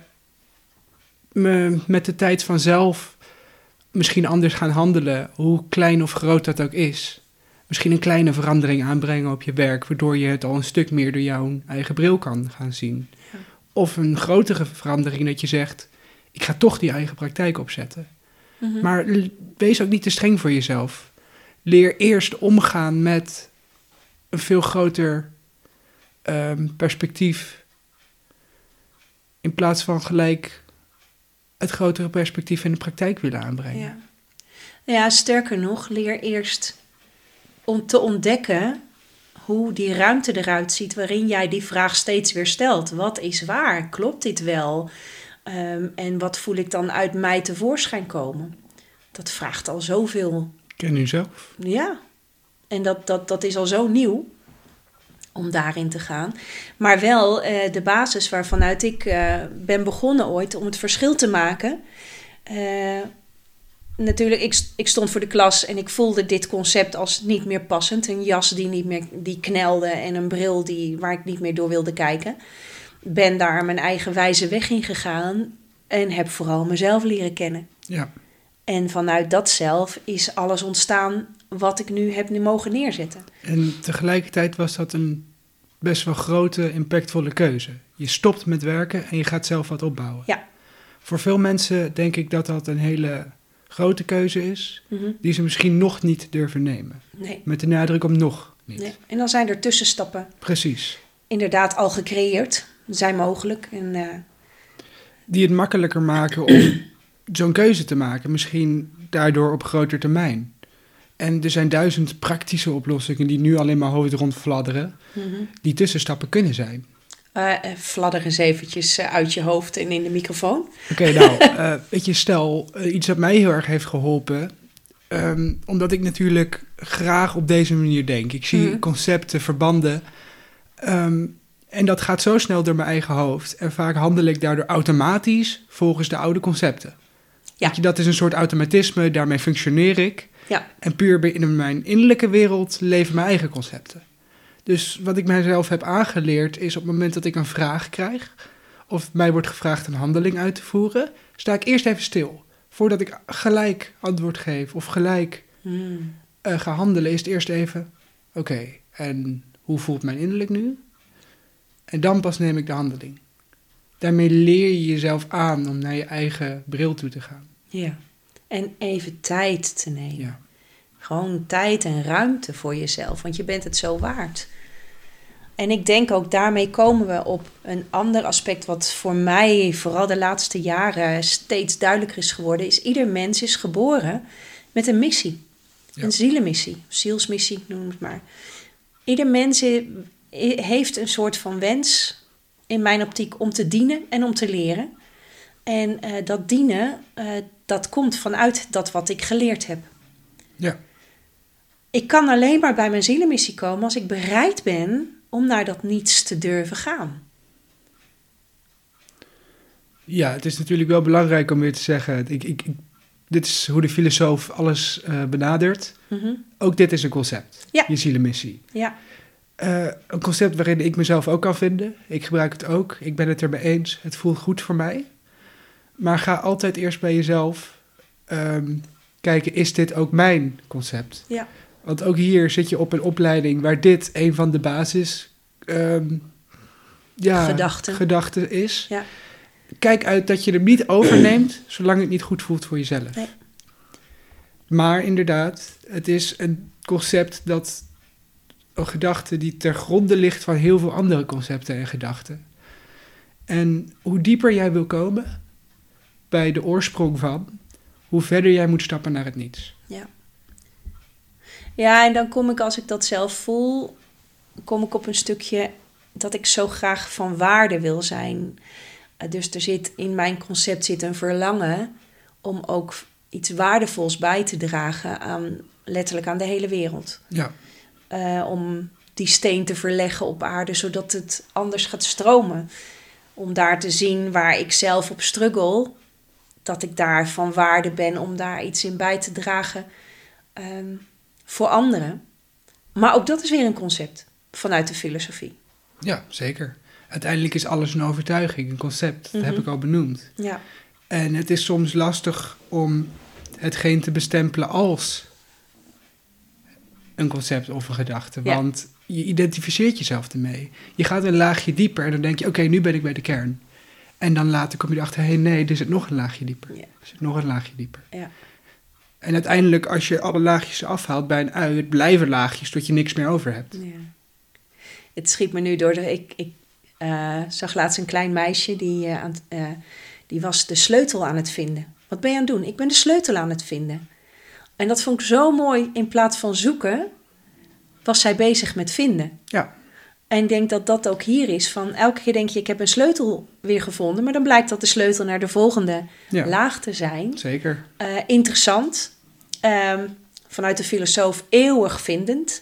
me, met de tijd vanzelf misschien anders gaan handelen, hoe klein of groot dat ook is. Misschien een kleine verandering aanbrengen op je werk, waardoor je het al een stuk meer door jouw eigen bril kan gaan zien. Ja. Of een grotere verandering dat je zegt, ik ga toch die eigen praktijk opzetten. Mm-hmm. Maar wees ook niet te streng voor jezelf. Leer eerst omgaan met een veel groter um, perspectief. In plaats van gelijk het grotere perspectief in de praktijk willen aanbrengen. Ja, ja, sterker nog, leer eerst om te ontdekken hoe die ruimte eruit ziet waarin jij die vraag steeds weer stelt. Wat is waar? Klopt dit wel? Um, en wat voel ik dan uit mij tevoorschijn komen? Dat vraagt al zoveel. Ken u zelf? Ja, en dat, dat, dat is al zo nieuw om daarin te gaan. Maar wel uh, de basis waarvanuit ik uh, ben begonnen ooit om het verschil te maken. Uh, natuurlijk, ik, ik stond voor de klas en ik voelde dit concept als niet meer passend. Een jas die niet meer die knelde en een bril die, waar ik niet meer door wilde kijken. Ben daar mijn eigen wijze weg in gegaan en heb vooral mezelf leren kennen. Ja. En vanuit dat zelf is alles ontstaan wat ik nu heb nu mogen neerzetten. En tegelijkertijd was dat een best wel grote, impactvolle keuze. Je stopt met werken en je gaat zelf wat opbouwen. Ja. Voor veel mensen denk ik dat dat een hele grote keuze is, Mm-hmm. die ze misschien nog niet durven nemen. Nee. Met de nadruk op nog niet. Nee. En dan zijn er tussenstappen. Precies. Inderdaad al gecreëerd, zijn mogelijk. En, uh... die het makkelijker maken om zo'n keuze te maken. Misschien daardoor op groter termijn. En er zijn duizend praktische oplossingen die nu alleen maar hoofd rondfladderen. Mm-hmm. Die tussenstappen kunnen zijn. Uh, uh, fladder eens eventjes uh, uit je hoofd en in de microfoon. Oké, okay, nou, uh, weet je, stel, uh, iets dat mij heel erg heeft geholpen. Um, omdat ik natuurlijk graag op deze manier denk. Ik zie mm-hmm. concepten, verbanden. Um, en dat gaat zo snel door mijn eigen hoofd. En vaak handel ik daardoor automatisch volgens de oude concepten. Ja. Weet je, dat is een soort automatisme, daarmee functioneer ik. Ja. En puur binnen mijn innerlijke wereld leven mijn eigen concepten. Dus wat ik mijzelf heb aangeleerd is op het moment dat ik een vraag krijg, of mij wordt gevraagd een handeling uit te voeren, sta ik eerst even stil. Voordat ik gelijk antwoord geef of gelijk hmm. uh, ga handelen, is het eerst even, oké, okay, en hoe voelt mijn innerlijk nu? En dan pas neem ik de handeling. Daarmee leer je jezelf aan om naar je eigen bril toe te gaan. Ja, en even tijd te nemen. Ja. Gewoon tijd en ruimte voor jezelf, want je bent het zo waard. En ik denk ook daarmee komen we op een ander aspect wat voor mij vooral de laatste jaren steeds duidelijker is geworden, is ieder mens is geboren met een missie. Ja. Een zielenmissie, zielsmissie, noem het maar. Ieder mens heeft een soort van wens, in mijn optiek, om te dienen en om te leren. En uh, dat dienen, uh, dat komt vanuit dat wat ik geleerd heb. Ja. Ik kan alleen maar bij mijn zielenmissie komen als ik bereid ben om naar dat niets te durven gaan. Ja, het is natuurlijk wel belangrijk om weer te zeggen... Ik, ik, ik, dit is hoe de filosoof alles uh, benadert. Mm-hmm. Ook dit is een concept, ja. je zielenmissie. Ja. Uh, een concept waarin ik mezelf ook kan vinden. Ik gebruik het ook, ik ben het ermee eens. Het voelt goed voor mij. Maar ga altijd eerst bij jezelf um, kijken, is dit ook mijn concept? Ja. Want ook hier zit je op een opleiding waar dit een van de basis... Um, ja, gedachten. gedachten is. Ja. Kijk uit dat je hem niet overneemt, zolang het niet goed voelt voor jezelf. Nee. Maar inderdaad, het is een concept dat... een gedachte die ter gronde ligt van heel veel andere concepten en gedachten. En hoe dieper jij wil komen bij de oorsprong van, hoe verder jij moet stappen naar het niets. Ja. Ja, en dan kom ik, als ik dat zelf voel, kom ik op een stukje dat ik zo graag van waarde wil zijn. Uh, dus er zit in mijn concept zit een verlangen om ook iets waardevols bij te dragen aan, letterlijk aan de hele wereld. Ja. Uh, om die steen te verleggen op aarde, zodat het anders gaat stromen. Om daar te zien waar ik zelf op struggle, dat ik daar van waarde ben om daar iets in bij te dragen um, voor anderen. Maar ook dat is weer een concept vanuit de filosofie. Ja, zeker. Uiteindelijk is alles een overtuiging, een concept. Dat Mm-hmm. heb ik al benoemd. Ja. En het is soms lastig om hetgeen te bestempelen als een concept of een gedachte. Ja. Want je identificeert jezelf ermee. Je gaat een laagje dieper en dan denk je, oké, okay, nu ben ik bij de kern. En dan later kom je erachter, hé, hey, nee, er zit nog een laagje dieper. Ja. Er zit nog een laagje dieper. Ja. En uiteindelijk, als je alle laagjes afhaalt bij een ui, het blijven laagjes tot je niks meer over hebt. Ja. Het schiet me nu door. De, ik ik uh, zag laatst een klein meisje die, uh, aan, uh, die was de sleutel aan het vinden. Wat ben je aan het doen? Ik ben de sleutel aan het vinden. En dat vond ik zo mooi. In plaats van zoeken, was zij bezig met vinden. Ja. En ik denk dat dat ook hier is. Van elke keer denk je, ik heb een sleutel weer gevonden. Maar dan blijkt dat de sleutel naar de volgende ja. laag te zijn. Zeker. Uh, interessant. Um, vanuit de filosoof eeuwig vindend.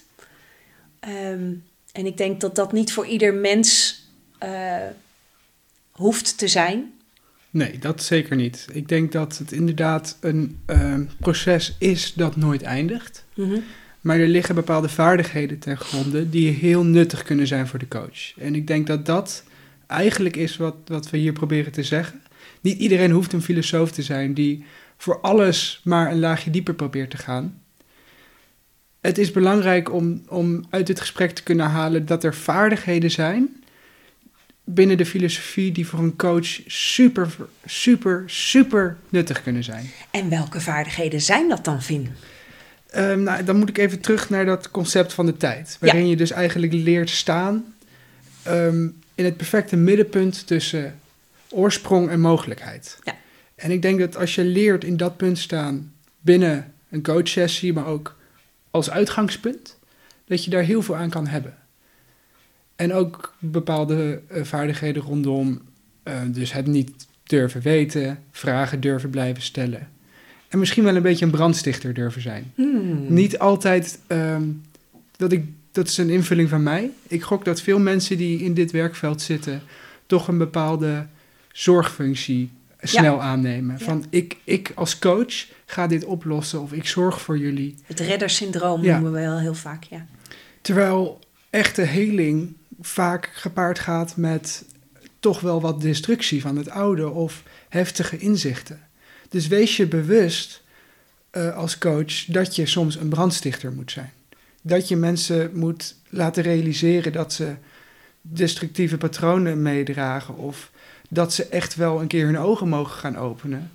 Um, en ik denk dat dat niet voor ieder mens uh, hoeft te zijn. Nee, dat zeker niet. Ik denk dat het inderdaad een uh, proces is dat nooit eindigt. Mm-hmm. Maar er liggen bepaalde vaardigheden ten gronde die heel nuttig kunnen zijn voor de coach. En ik denk dat dat eigenlijk is wat, wat we hier proberen te zeggen. Niet iedereen hoeft een filosoof te zijn die voor alles maar een laagje dieper probeert te gaan. Het is belangrijk om, om uit dit gesprek te kunnen halen dat er vaardigheden zijn binnen de filosofie die voor een coach super, super, super nuttig kunnen zijn. En welke vaardigheden zijn dat dan, Finn? Um, nou, dan moet ik even terug naar dat concept van de tijd. Waarin ja. je dus eigenlijk leert staan um, in het perfecte middenpunt tussen oorsprong en mogelijkheid. Ja. En ik denk dat als je leert in dat punt staan binnen een coachsessie, maar ook als uitgangspunt, dat je daar heel veel aan kan hebben. En ook bepaalde uh, vaardigheden rondom, uh, dus het niet durven weten, vragen durven blijven stellen. En misschien wel een beetje een brandstichter durven zijn. Hmm. Niet altijd, um, dat, ik, dat is een invulling van mij. Ik gok dat veel mensen die in dit werkveld zitten toch een bepaalde zorgfunctie snel ja. aannemen. Ja. Van ik, ik als coach ga dit oplossen of ik zorg voor jullie. Het reddersyndroom ja. noemen we wel heel vaak, ja. Terwijl echte heling vaak gepaard gaat met toch wel wat destructie van het oude of heftige inzichten. Dus wees je bewust uh, als coach dat je soms een brandstichter moet zijn. Dat je mensen moet laten realiseren dat ze destructieve patronen meedragen of dat ze echt wel een keer hun ogen mogen gaan openen.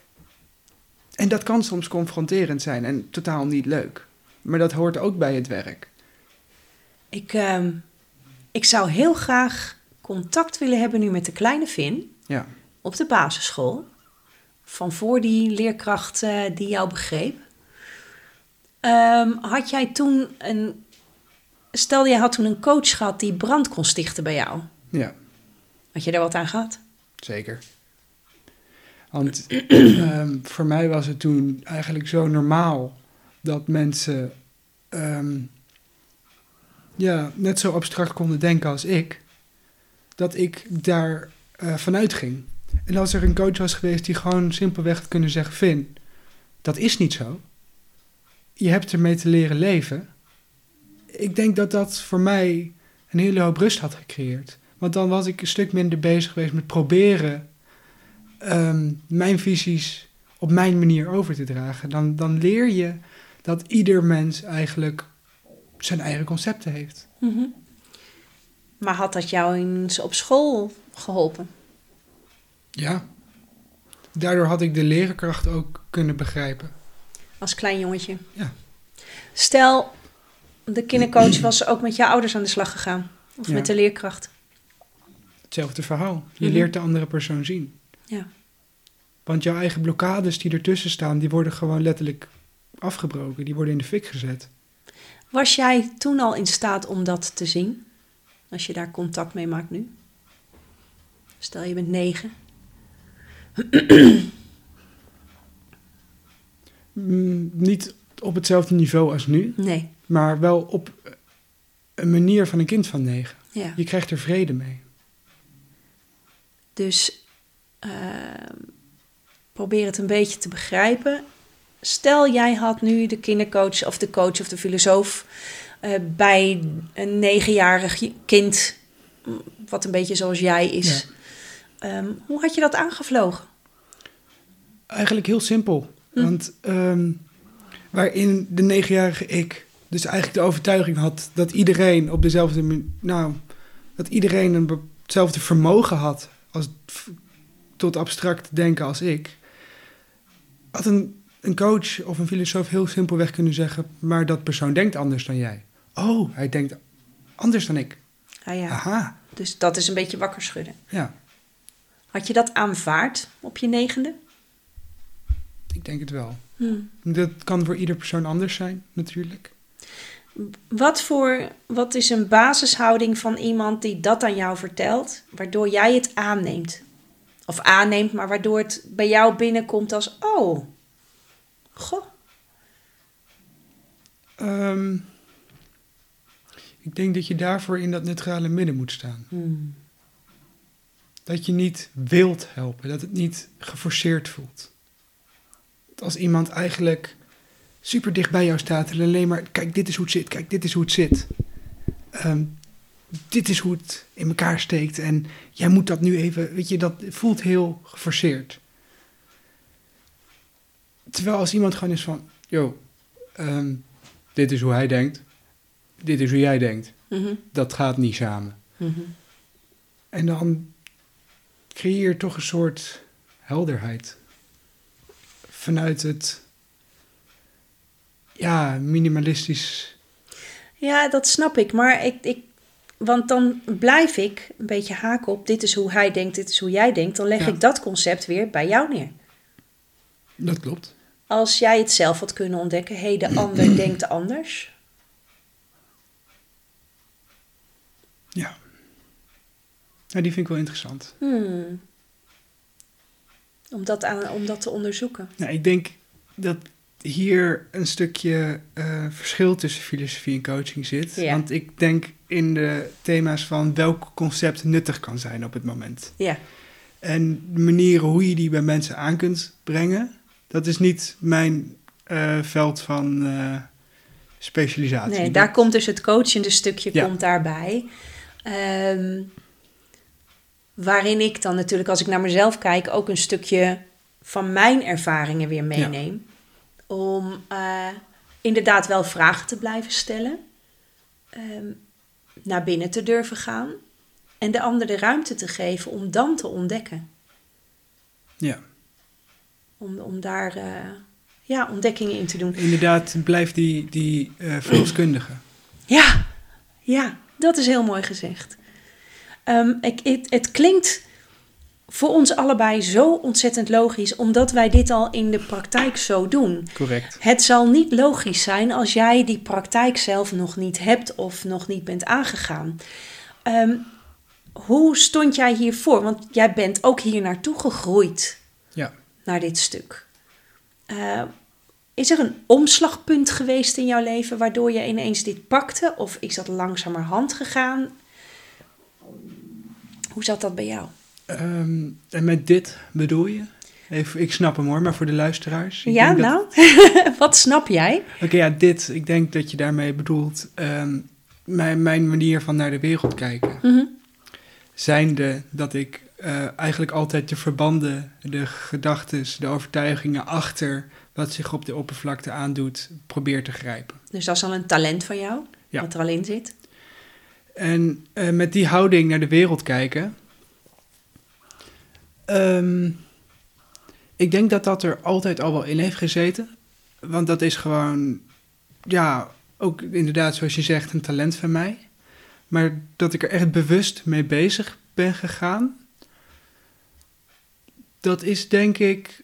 En dat kan soms confronterend zijn en totaal niet leuk. Maar dat hoort ook bij het werk. Ik, uh, ik zou heel graag contact willen hebben nu met de kleine Finn ja. op de basisschool. Van voor die leerkracht uh, die jou begreep. Um, had jij toen een... Stel, je had toen een coach gehad die brand kon stichten bij jou. Ja. Had je daar wat aan gehad? Zeker. Want um, voor mij was het toen eigenlijk zo normaal dat mensen um, ja, net zo abstract konden denken als ik, dat ik daar uh, vanuit ging. En als er een coach was geweest die gewoon simpelweg had kunnen zeggen... Finn, dat is niet zo. Je hebt ermee te leren leven. Ik denk dat dat voor mij een hele hoop rust had gecreëerd. Want dan was ik een stuk minder bezig geweest met proberen... Um, mijn visies op mijn manier over te dragen. Dan, dan leer je dat ieder mens eigenlijk zijn eigen concepten heeft. Mm-hmm. Maar had dat jou eens op school geholpen? Ja. Daardoor had ik de leerkracht ook kunnen begrijpen. Als klein jongetje? Ja. Stel, de kindercoach was ook met jouw ouders aan de slag gegaan. Of ja. met de leerkracht. Hetzelfde verhaal. Je Mm-hmm. leert de andere persoon zien. Ja. Want jouw eigen blokkades die ertussen staan... die worden gewoon letterlijk afgebroken. Die worden in de fik gezet. Was jij toen al in staat om dat te zien? Als je daar contact mee maakt nu? Stel, je bent negen. Mm, niet op hetzelfde niveau als nu. Nee. Maar wel op een manier van een kind van negen. Ja. Je krijgt er vrede mee. Dus uh, probeer het een beetje te begrijpen. Stel, jij had nu de kindercoach of de coach of de filosoof... Uh, bij een negenjarig kind, wat een beetje zoals jij is. Ja. Um, hoe had je dat aangevlogen? Eigenlijk heel simpel. Hm. Want um, waarin de negenjarige ik dus eigenlijk de overtuiging had... dat iedereen op dezelfde... nou, dat iedereen een hetzelfde vermogen had... als tot abstract denken als ik... had een, een coach of een filosoof heel simpelweg kunnen zeggen... maar dat persoon denkt anders dan jij. Oh, hij denkt anders dan ik. Ah ja. Aha. Dus dat is een beetje wakker schudden. Ja. Had je dat aanvaard op je negende? Ik denk het wel. Hmm. Dat kan voor ieder persoon anders zijn, natuurlijk. Wat, voor, wat is een basishouding van iemand die dat aan jou vertelt... waardoor jij het aanneemt? Of aanneemt, maar waardoor het bij jou binnenkomt als... oh, goh. Um, ik denk dat je daarvoor in dat neutrale midden moet staan. Hmm. Dat je niet wilt helpen, dat het niet geforceerd voelt. Dat als iemand eigenlijk super dicht bij jou staat en alleen maar... kijk, dit is hoe het zit, kijk, dit is hoe het zit. Um, dit is hoe het in elkaar steekt en jij moet dat nu even... weet je, dat voelt heel geforceerd. Terwijl als iemand gewoon is van... yo, um, dit is hoe hij denkt, dit is hoe jij denkt. Mm-hmm. Dat gaat niet samen. Mm-hmm. En dan creëer je toch een soort helderheid. Vanuit het, ja, minimalistisch. Ja, dat snap ik. Maar ik, ik, want dan blijf ik een beetje haken op... dit is hoe hij denkt, dit is hoe jij denkt. Dan leg ja. ik dat concept weer bij jou neer. Dat klopt. Als jij het zelf had kunnen ontdekken... hé, hey, de ander denkt anders. Ja. Nou, die vind ik wel interessant. Hmm. Om, dat aan, om dat te onderzoeken. Nou, ik denk dat hier een stukje uh, verschil tussen filosofie en coaching zit. Ja. Want ik denk in de thema's van welk concept nuttig kan zijn op het moment. Ja. En de manieren hoe je die bij mensen aan kunt brengen... dat is niet mijn uh, veld van uh, specialisatie. Nee, dat... daar komt dus het coachende stukje ja. komt daarbij. Um, waarin ik dan natuurlijk, als ik naar mezelf kijk... ook een stukje van mijn ervaringen weer meeneem. Ja. Om uh, inderdaad wel vragen te blijven stellen. Um, naar binnen te durven gaan. En de ander de ruimte te geven om dan te ontdekken. Ja. Om, om daar uh, ja, ontdekkingen in te doen. Inderdaad, blijf die, die uh, verloskundige. Ja, ja, dat is heel mooi gezegd. Um, ik, het, het klinkt voor ons allebei zo ontzettend logisch... omdat wij dit al in de praktijk zo doen. Correct. Het zal niet logisch zijn als jij die praktijk zelf nog niet hebt... of nog niet bent aangegaan. Um, hoe stond jij hiervoor? Want jij bent ook hier naartoe gegroeid... Ja. Naar dit stuk. Uh, is er een omslagpunt geweest in jouw leven... waardoor je ineens dit pakte? Of is dat langzamerhand gegaan? Hoe zat dat bij jou? Um, en met dit bedoel je? Even, ik snap hem hoor, maar voor de luisteraars. Ik ja, denk nou, dat... wat snap jij? Oké, okay, ja, dit. Ik denk dat je daarmee bedoelt um, mijn, mijn manier van naar de wereld kijken. Mm-hmm. Zijnde dat ik uh, eigenlijk altijd de verbanden, de gedachten, de overtuigingen achter wat zich op de oppervlakte aandoet, probeer te grijpen. Dus dat is al een talent van jou, ja. wat er al in zit? En uh, met die houding naar de wereld kijken... Um, ik denk dat dat er altijd al wel in heeft gezeten. Want dat is gewoon, ja, ook inderdaad zoals je zegt, een talent van mij. Maar dat ik er echt bewust mee bezig ben gegaan, dat is denk ik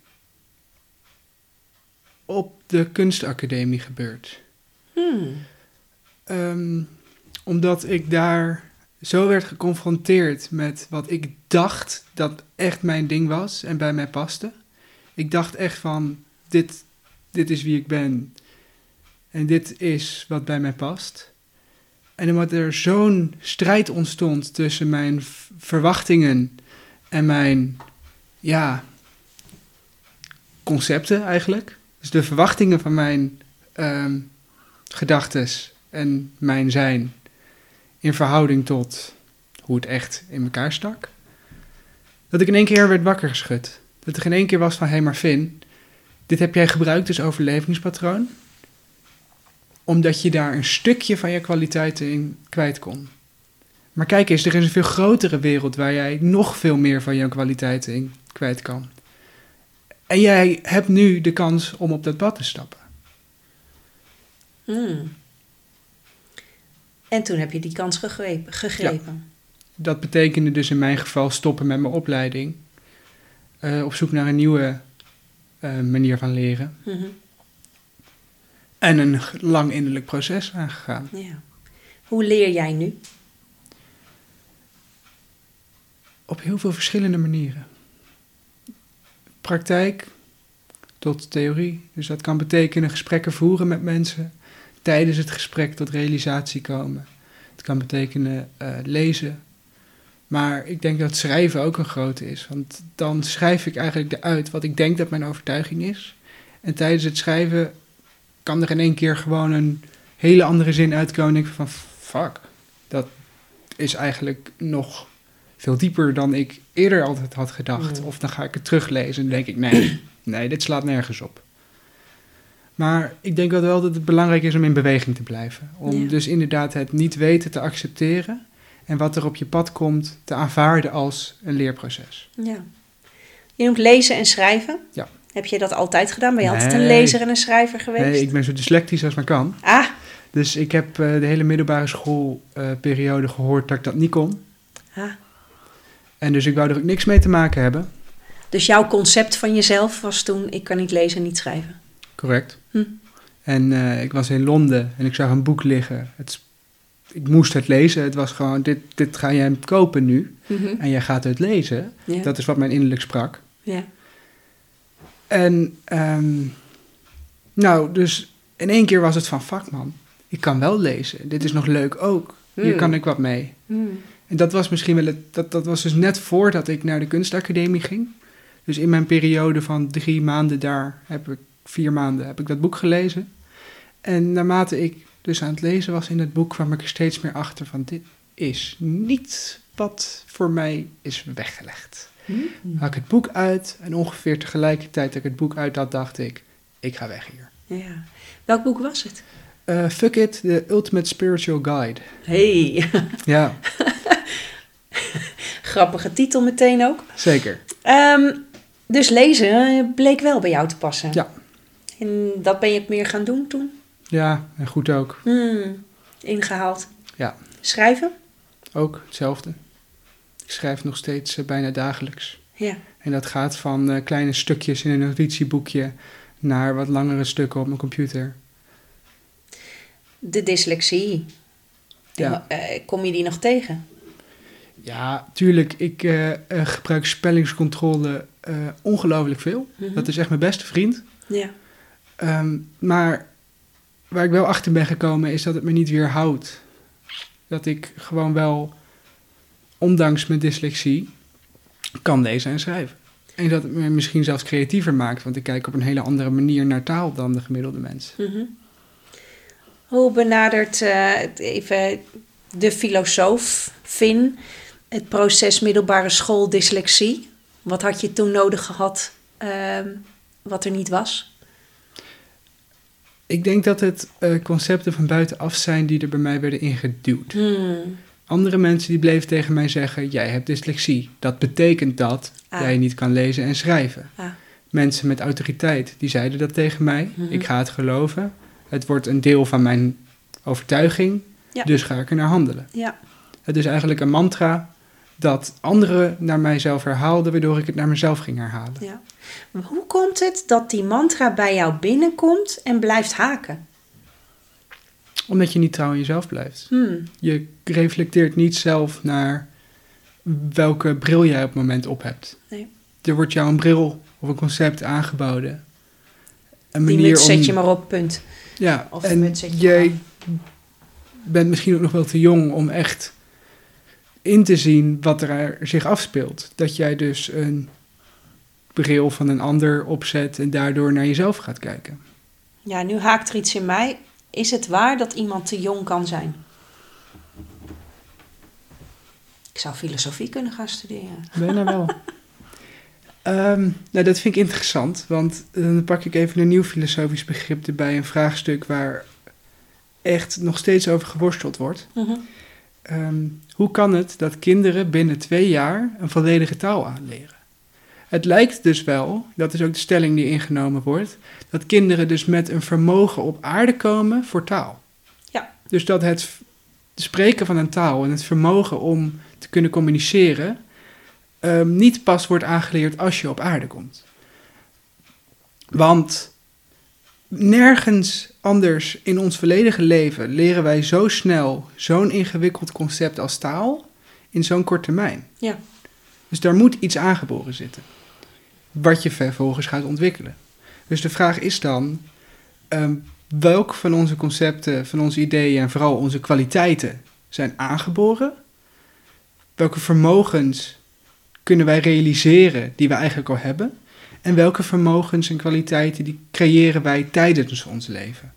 op de kunstacademie gebeurd. Hmm. Um, omdat ik daar zo werd geconfronteerd met wat ik dacht dat echt mijn ding was en bij mij paste. Ik dacht echt van, dit, dit is wie ik ben en dit is wat bij mij past. En omdat er zo'n strijd ontstond tussen mijn v- verwachtingen en mijn, ja, concepten eigenlijk. Dus de verwachtingen van mijn um, gedachtes en mijn zijn in verhouding tot hoe het echt in elkaar stak. Dat ik in één keer werd wakker geschud. Dat er in één keer was van, hé hey maar Finn, dit heb jij gebruikt als overlevingspatroon, omdat je daar een stukje van je kwaliteiten in kwijt kon. Maar kijk eens, er is een veel grotere wereld waar jij nog veel meer van jouw kwaliteiten in kwijt kan. En jij hebt nu de kans om op dat pad te stappen. Hmm. En toen heb je die kans gegrepen. gegrepen. Ja. Dat betekende dus in mijn geval stoppen met mijn opleiding. Uh, op zoek naar een nieuwe uh, manier van leren. Mm-hmm. En een lang innerlijk proces aangegaan. Ja. Hoe leer jij nu? Op heel veel verschillende manieren. Praktijk tot theorie. Dus dat kan betekenen gesprekken voeren met mensen. Tijdens het gesprek tot realisatie komen. Het kan betekenen uh, lezen. Maar ik denk dat schrijven ook een grote is. Want dan schrijf ik eigenlijk eruit wat ik denk dat mijn overtuiging is. En tijdens het schrijven kan er in één keer gewoon een hele andere zin uitkomen. En ik van, fuck, dat is eigenlijk nog veel dieper dan ik eerder altijd had gedacht. Mm. Of dan ga ik het teruglezen en denk ik, nee, nee, dit slaat nergens op. Maar ik denk wel dat het belangrijk is om in beweging te blijven. Om ja. dus inderdaad het niet weten te accepteren. En wat er op je pad komt te aanvaarden als een leerproces. Ja. Je noemt lezen en schrijven. Ja. Heb je dat altijd gedaan? Ben je nee. altijd een lezer en een schrijver geweest? Nee, ik ben zo dyslectisch als maar kan. Ah. Dus ik heb uh, de hele middelbare schoolperiode uh, gehoord dat ik dat niet kon. Ah. En dus ik wou er ook niks mee te maken hebben. Dus jouw concept van jezelf was toen, ik kan niet lezen en niet schrijven? Correct. Hm. En uh, ik was in Londen en ik zag een boek liggen. Het, ik moest het lezen. Het was gewoon, dit, dit ga jij kopen nu. Mm-hmm. En jij gaat het lezen. Ja. Dat is wat mijn innerlijk sprak. Ja. En, um, nou, dus in één keer was het van, fuck man, ik kan wel lezen. Dit is nog leuk ook. Hier mm. kan ik wat mee. Mm. En dat was misschien wel, het, dat, dat was dus net voordat ik naar de kunstacademie ging. Dus in mijn periode van drie maanden daar, heb ik, vier maanden, heb ik dat boek gelezen. En naarmate ik dus aan het lezen was in het boek, kwam ik er steeds meer achter van, dit is niet wat voor mij is weggelegd. Mm-hmm. Had ik het boek uit en ongeveer tegelijkertijd dat ik het boek uit had, dacht ik, ik ga weg hier. Ja. Welk boek was het? Uh, Fuck It, The Ultimate Spiritual Guide. Hey. Ja. Grappige titel meteen ook. Zeker. Um, dus lezen bleek wel bij jou te passen. Ja. En dat ben je meer gaan doen toen? Ja, en goed ook. Hmm, ingehaald. Ja. Schrijven? Ook hetzelfde. Ik schrijf nog steeds uh, bijna dagelijks. Ja. En dat gaat van uh, kleine stukjes in een notitieboekje naar wat langere stukken op mijn computer. De dyslexie. Ja. Uh, kom je die nog tegen? Ja, tuurlijk. Ik uh, uh, gebruik spellingscontrole uh, ongelooflijk veel. Mm-hmm. Dat is echt mijn beste vriend. Ja. Um, maar waar ik wel achter ben gekomen is dat het me niet weerhoudt. Dat ik gewoon wel, ondanks mijn dyslexie, kan lezen en schrijven. En dat het me misschien zelfs creatiever maakt, want ik kijk op een hele andere manier naar taal dan de gemiddelde mens. Mm-hmm. Hoe benadert uh, even de filosoof Finn het proces middelbare school dyslexie? Wat had je toen nodig gehad uh, wat er niet was? Ik denk dat het uh, concepten van buitenaf zijn die er bij mij werden ingeduwd. Hmm. Andere mensen die bleven tegen mij zeggen, jij hebt dyslexie. Dat betekent dat Ah. jij niet kan lezen en schrijven. Ah. Mensen met autoriteit, die zeiden dat tegen mij. Mm-hmm. Ik ga het geloven. Het wordt een deel van mijn overtuiging. Ja. Dus ga ik er naar handelen. Ja. Het is eigenlijk een mantra dat anderen naar mijzelf herhaalden, waardoor ik het naar mezelf ging herhalen. Ja. Hoe komt het dat die mantra bij jou binnenkomt en blijft haken? Omdat je niet trouw aan jezelf blijft. Hmm. Je reflecteert niet zelf naar welke bril jij op het moment op hebt. Nee. Er wordt jou een bril of een concept aangeboden. Een Die manier muts zet om, je maar op, punt. Ja, Of en muts zet je jij bent misschien ook nog wel te jong om echt in te zien wat er zich afspeelt. Dat jij dus een bril van een ander opzet en daardoor naar jezelf gaat kijken. Ja, nu haakt er iets in mij. Is het waar dat iemand te jong kan zijn? Ik zou filosofie kunnen gaan studeren. Bijna wel. um, nou, dat vind ik interessant, want uh, dan pak ik even een nieuw filosofisch begrip erbij. Een vraagstuk waar echt nog steeds over geworsteld wordt. Mm-hmm. Um, hoe kan het dat kinderen binnen twee jaar een volledige taal aanleren? Het lijkt dus wel, dat is ook de stelling die ingenomen wordt, dat kinderen dus met een vermogen op aarde komen voor taal. Ja. Dus dat het spreken van een taal en het vermogen om te kunnen communiceren um, niet pas wordt aangeleerd als je op aarde komt. Want nergens anders in ons volledige leven leren wij zo snel zo'n ingewikkeld concept als taal in zo'n kort termijn. Ja. Dus daar moet iets aangeboren zitten, wat je vervolgens gaat ontwikkelen. Dus de vraag is dan, um, welk van onze concepten, van onze ideeën en vooral onze kwaliteiten zijn aangeboren? Welke vermogens kunnen wij realiseren die we eigenlijk al hebben? En welke vermogens en kwaliteiten die creëren wij tijdens ons leven?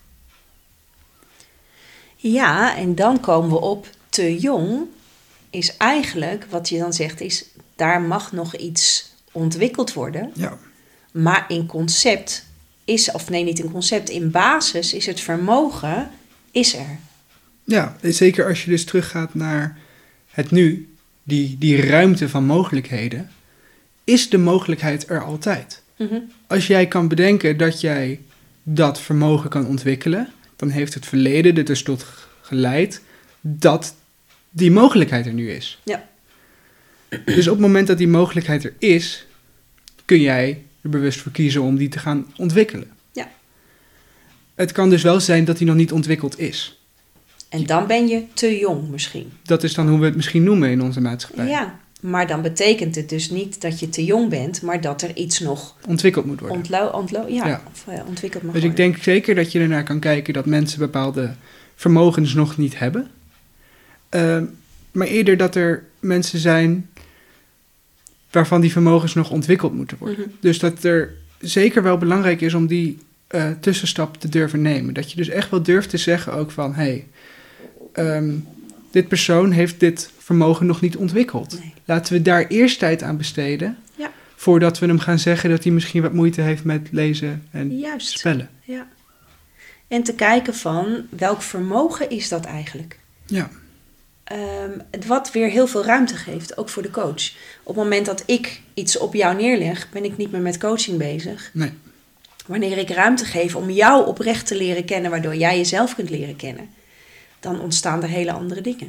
Ja, en dan komen we op te jong. Is eigenlijk, wat je dan zegt, is daar mag nog iets ontwikkeld worden. Ja. Maar in concept is, of nee, niet in concept, in basis is het vermogen, is er. Ja, zeker als je dus teruggaat naar het nu, die, die ruimte van mogelijkheden, is de mogelijkheid er altijd. Mm-hmm. Als jij kan bedenken dat jij dat vermogen kan ontwikkelen, dan heeft het verleden er dus tot geleid dat die mogelijkheid er nu is. Ja. Dus op het moment dat die mogelijkheid er is, kun jij er bewust voor kiezen om die te gaan ontwikkelen. Ja. Het kan dus wel zijn dat die nog niet ontwikkeld is. En dan ben je te jong misschien. Dat is dan hoe we het misschien noemen in onze maatschappij. Ja, maar dan betekent het dus niet dat je te jong bent, maar dat er iets nog Ontwikkeld moet worden. ontlo- ontlo- ja, Ja. Of, uh, ontwikkeld mag Dus ik worden. denk zeker dat je ernaar kan kijken dat mensen bepaalde vermogens nog niet hebben. Uh, maar eerder dat er mensen zijn waarvan die vermogens nog ontwikkeld moeten worden. Mhm. Dus dat er zeker wel belangrijk is om die uh, tussenstap te durven nemen. Dat je dus echt wel durft te zeggen ook van, hé, hey, um, dit persoon heeft dit vermogen nog niet ontwikkeld. Nee. Laten we daar eerst tijd aan besteden, Ja. voordat we hem gaan zeggen dat hij misschien wat moeite heeft met lezen en Juist. spellen. Ja. En te kijken van, welk vermogen is dat eigenlijk? Ja. Um, wat weer heel veel ruimte geeft, ook voor de coach. Op het moment dat ik iets op jou neerleg, ben ik niet meer met coaching bezig. Nee. Wanneer ik ruimte geef om jou oprecht te leren kennen, waardoor jij jezelf kunt leren kennen, dan ontstaan er hele andere dingen.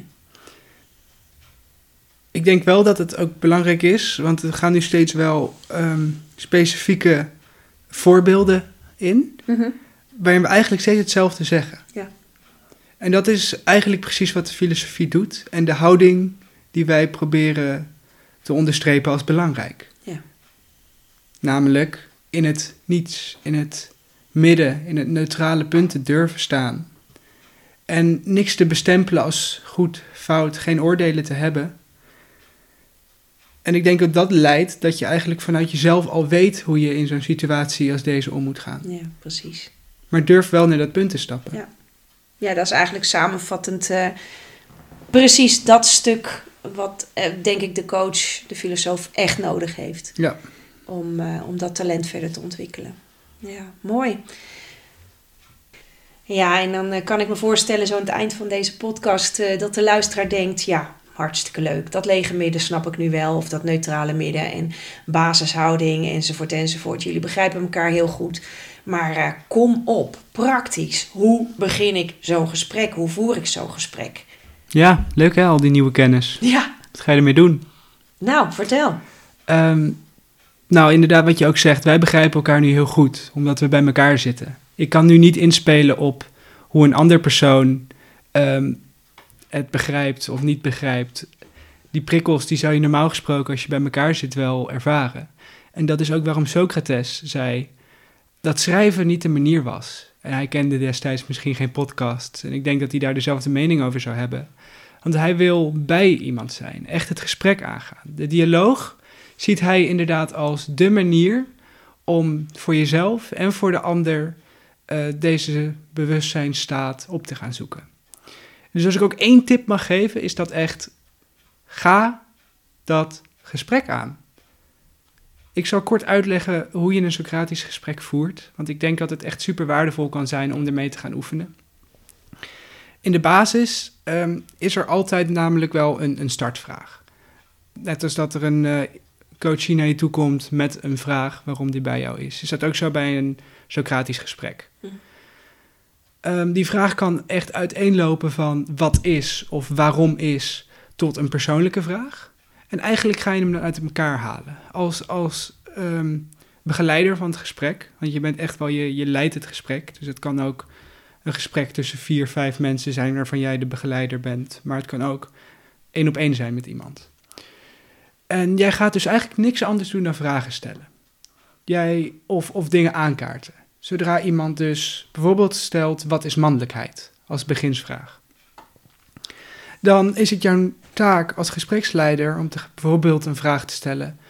Ik denk wel dat het ook belangrijk is, want er gaan nu steeds wel um, specifieke voorbeelden in, Mm-hmm. waarin we eigenlijk steeds hetzelfde zeggen. Ja. En dat is eigenlijk precies wat de filosofie doet en de houding die wij proberen te onderstrepen als belangrijk. Ja. Namelijk in het niets, in het midden, in het neutrale punt te durven staan. En niks te bestempelen als goed, fout, geen oordelen te hebben. En ik denk dat dat leidt dat je eigenlijk vanuit jezelf al weet hoe je in zo'n situatie als deze om moet gaan. Ja, precies. Maar durf wel naar dat punt te stappen. Ja, ja dat is eigenlijk samenvattend uh, precies dat stuk wat uh, denk ik de coach, de filosoof echt nodig heeft. Ja. Om, uh, om dat talent verder te ontwikkelen. Ja, mooi. Ja, en dan uh, kan ik me voorstellen zo aan het eind van deze podcast uh, dat de luisteraar denkt, ja, hartstikke leuk. Dat lege midden snap ik nu wel. Of dat neutrale midden en basishouding enzovoort enzovoort. Jullie begrijpen elkaar heel goed. Maar uh, kom op, praktisch. Hoe begin ik zo'n gesprek? Hoe voer ik zo'n gesprek? Ja, leuk hè, al die nieuwe kennis. Ja. Wat ga je ermee doen? Nou, vertel. Um, nou, inderdaad wat je ook zegt. Wij begrijpen elkaar nu heel goed. Omdat we bij elkaar zitten. Ik kan nu niet inspelen op hoe een ander persoon um, het begrijpt of niet begrijpt. Die prikkels die zou je normaal gesproken als je bij elkaar zit wel ervaren. En dat is ook waarom Socrates zei dat schrijven niet de manier was. En hij kende destijds misschien geen podcast. En ik denk dat hij daar dezelfde mening over zou hebben. Want hij wil bij iemand zijn. Echt het gesprek aangaan. De dialoog ziet hij inderdaad als de manier om voor jezelf en voor de ander uh, deze bewustzijnsstaat op te gaan zoeken. Dus als ik ook één tip mag geven, is dat echt, ga dat gesprek aan. Ik zal kort uitleggen hoe je een Socratisch gesprek voert, want ik denk dat het echt super waardevol kan zijn om ermee te gaan oefenen. In de basis um, is er altijd namelijk wel een, een startvraag. Net als dat er een uh, coachie naar je toe komt met een vraag waarom die bij jou is. Is dat ook zo bij een Socratisch gesprek? Hm. Um, die vraag kan echt uiteenlopen van wat is of waarom is tot een persoonlijke vraag. En eigenlijk ga je hem dan uit elkaar halen. Als, als um, begeleider van het gesprek, want je bent echt wel, je, je leidt het gesprek. Dus het kan ook een gesprek tussen vier, vijf mensen zijn waarvan jij de begeleider bent. Maar het kan ook één op één zijn met iemand. En jij gaat dus eigenlijk niks anders doen dan vragen stellen. Jij, of, of dingen aankaarten. Zodra iemand dus bijvoorbeeld stelt, wat is mannelijkheid? Als beginsvraag. Dan is het jouw taak als gespreksleider om te, bijvoorbeeld een vraag te stellen.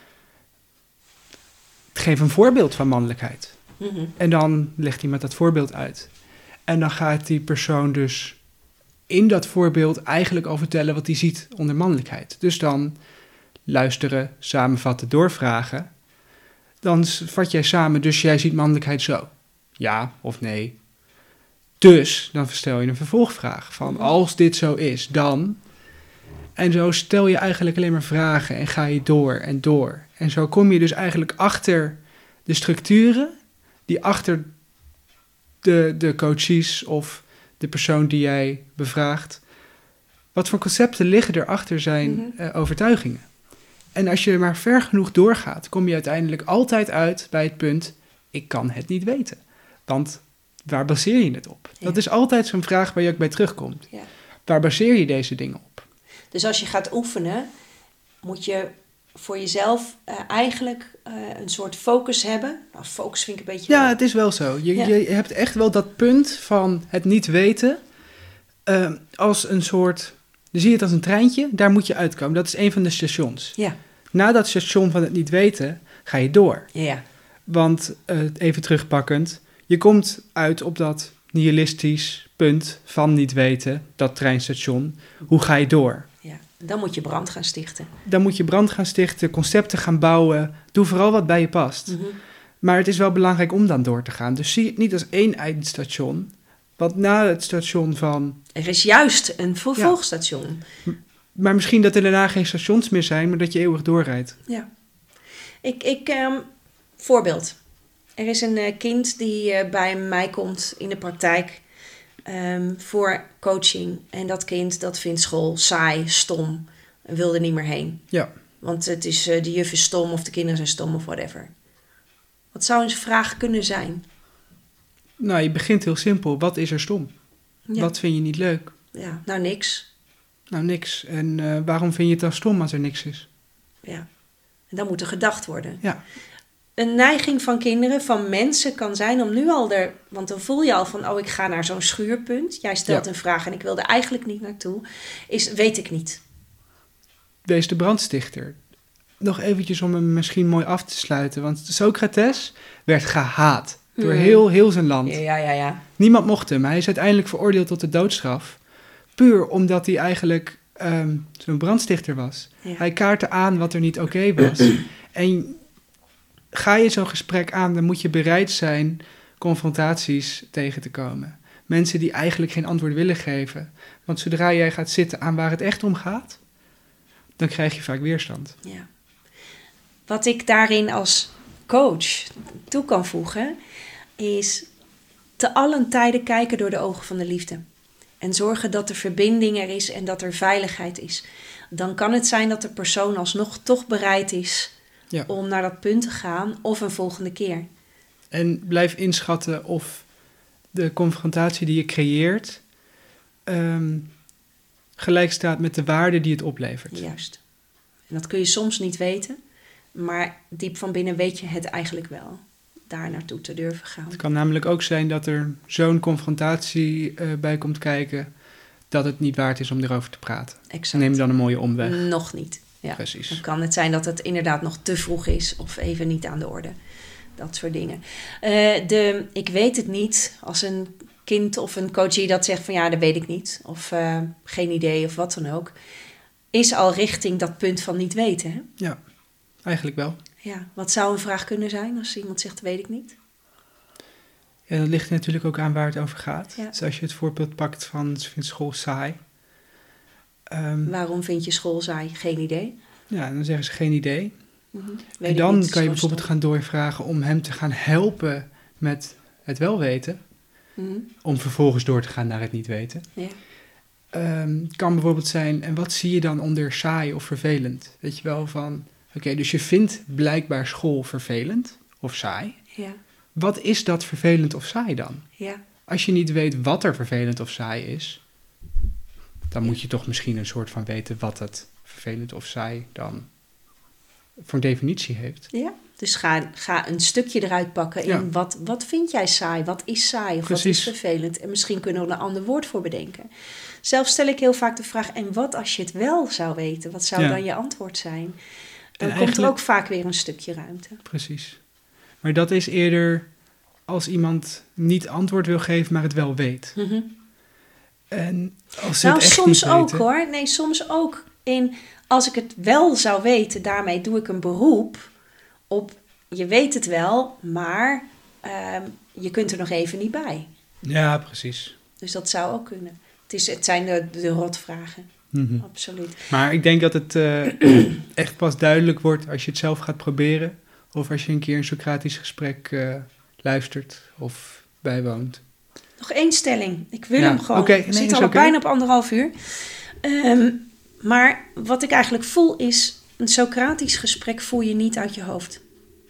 Geef een voorbeeld van mannelijkheid. Mm-hmm. En dan legt iemand dat voorbeeld uit. En dan gaat die persoon dus in dat voorbeeld eigenlijk al vertellen wat hij ziet onder mannelijkheid. Dus dan luisteren, samenvatten, doorvragen. Dan vat jij samen, dus jij ziet mannelijkheid zo. Ja of nee. Dus dan stel je een vervolgvraag van als dit zo is, dan. En zo stel je eigenlijk alleen maar vragen en ga je door en door. En zo kom je dus eigenlijk achter de structuren die achter de, de coaches of de persoon die jij bevraagt. Wat voor concepten liggen erachter zijn mm-hmm. uh, overtuigingen. En als je maar ver genoeg doorgaat, kom je uiteindelijk altijd uit bij het punt, ik kan het niet weten. Want waar baseer je het op? Ja. Dat is altijd zo'n vraag waar je ook bij terugkomt. Ja. Waar baseer je deze dingen op? Dus als je gaat oefenen, moet je voor jezelf uh, eigenlijk uh, een soort focus hebben. Nou, focus vind ik een beetje... Ja, wel... het is wel zo. Je, ja. je hebt echt wel dat punt van het niet weten uh, als een soort... Dan zie je het als een treintje, daar moet je uitkomen. Dat is een van de stations. Ja. Na dat station van het niet weten, ga je door. Ja. Want, uh, even terugpakkend, je komt uit op dat nihilistisch punt van niet weten, dat treinstation. Hoe ga je door? Ja. Dan moet je brand gaan stichten. Dan moet je brand gaan stichten, concepten gaan bouwen. Doe vooral wat bij je past. Mm-hmm. Maar het is wel belangrijk om dan door te gaan. Dus zie het niet als één eindstation. Want na het station van... Er is juist een vervolgstation. Ja. Maar misschien dat er daarna geen stations meer zijn, maar dat je eeuwig doorrijdt. Ja. Ik, ik um, voorbeeld. Er is een uh, kind die uh, bij mij komt in de praktijk um, voor coaching. En dat kind dat vindt school saai, stom en wil er niet meer heen. Ja. Want het is, uh, de juf is stom of de kinderen zijn stom of whatever. Wat zou een vraag kunnen zijn? Nou, je begint heel simpel. Wat is er stom? Ja. Wat vind je niet leuk? Ja, nou niks. Nou, niks. En uh, waarom vind je het dan stom als er niks is? Ja, en dan moet er gedacht worden. Ja. Een neiging van kinderen, van mensen kan zijn om nu al er... Want dan voel je al van, oh, ik ga naar zo'n schuurpunt. Jij stelt ja. een vraag en ik wil er eigenlijk niet naartoe. Is, weet ik niet. Wees de brandstichter. nog eventjes om hem misschien mooi af te sluiten. Want Socrates werd gehaat door Hmm. heel, heel zijn land. Ja, ja, ja. Niemand mocht hem. Hij is uiteindelijk veroordeeld tot de doodstraf. Puur omdat hij eigenlijk um, zo'n brandstichter was. Ja. Hij kaartte aan wat er niet oké was. En ga je zo'n gesprek aan, dan moet je bereid zijn confrontaties tegen te komen. Mensen die eigenlijk geen antwoord willen geven. Want zodra jij gaat zitten aan waar het echt om gaat, dan krijg je vaak weerstand. Ja. Wat ik daarin als coach toe kan voegen, is te allen tijden kijken door de ogen van de liefde. En zorgen dat er verbinding er is en dat er veiligheid is. Dan kan het zijn dat de persoon alsnog toch bereid is Ja. om naar dat punt te gaan of een volgende keer. En blijf inschatten of de confrontatie die je creëert um, gelijk staat met de waarde die het oplevert. Juist. En dat kun je soms niet weten, maar diep van binnen weet je het eigenlijk wel. Daar naartoe te durven gaan. Het kan namelijk ook zijn dat er zo'n confrontatie uh, bij komt kijken dat het niet waard is om erover te praten. Exact. Neem dan een mooie omweg. Nog niet. Ja. Precies. Dan kan het zijn dat het inderdaad nog te vroeg is of even niet aan de orde. Dat soort dingen. Uh, de, ik weet het niet, als een kind of een coachie dat zegt van ja, dat weet ik niet. Of uh, geen idee of wat dan ook. Is al richting dat punt van niet weten. Hè? Ja, eigenlijk wel. Ja, wat zou een vraag kunnen zijn als iemand zegt, dat weet ik niet? Ja, dat ligt natuurlijk ook aan waar het over gaat. Ja. Dus als je het voorbeeld pakt van, ze vindt school saai. Um, Waarom vind je school saai? Geen idee. Ja, dan zeggen ze geen idee. Mm-hmm. En dan kan je bijvoorbeeld gaan doorvragen om hem te gaan helpen met het wel weten. Mm-hmm. Om vervolgens door te gaan naar het niet weten. Ja. Um, kan bijvoorbeeld zijn, en wat zie je dan onder saai of vervelend? Weet je wel, van, oké, okay, dus je vindt blijkbaar school vervelend of saai. Ja. Wat is dat vervelend of saai dan? Ja. Als je niet weet wat er vervelend of saai is, dan moet je toch misschien een soort van weten wat het vervelend of saai dan voor een definitie heeft. Ja, dus ga, ga een stukje eruit pakken in Ja. wat, wat vind jij saai, wat is saai of Precies. wat is vervelend. En misschien kunnen we er een ander woord voor bedenken. Zelf stel ik heel vaak de vraag, en wat als je het wel zou weten? Wat zou Ja. dan je antwoord zijn? Dan En komt eigenlijk- er ook vaak weer een stukje ruimte. Precies. Maar dat is eerder als iemand niet antwoord wil geven, maar het wel weet. Mm-hmm. En als ze Nou, het echt soms niet ook weten, hoor. Nee, soms ook in, als ik het wel zou weten, daarmee doe ik een beroep op, je weet het wel, maar uh, je kunt er nog even niet bij. Ja, precies. Dus dat zou ook kunnen. Het, is, het zijn de, de rotvragen, Mm-hmm. absoluut. Maar ik denk dat het uh, echt pas duidelijk wordt als je het zelf gaat proberen. Of als je een keer een Socratisch gesprek uh, luistert of bijwoont. Nog één stelling. Ik wil Ja, hem gewoon. okay, We nee, zitten is al okay. bijna op anderhalf uur. Um, maar wat ik eigenlijk voel is, een Socratisch gesprek voel je niet uit je hoofd.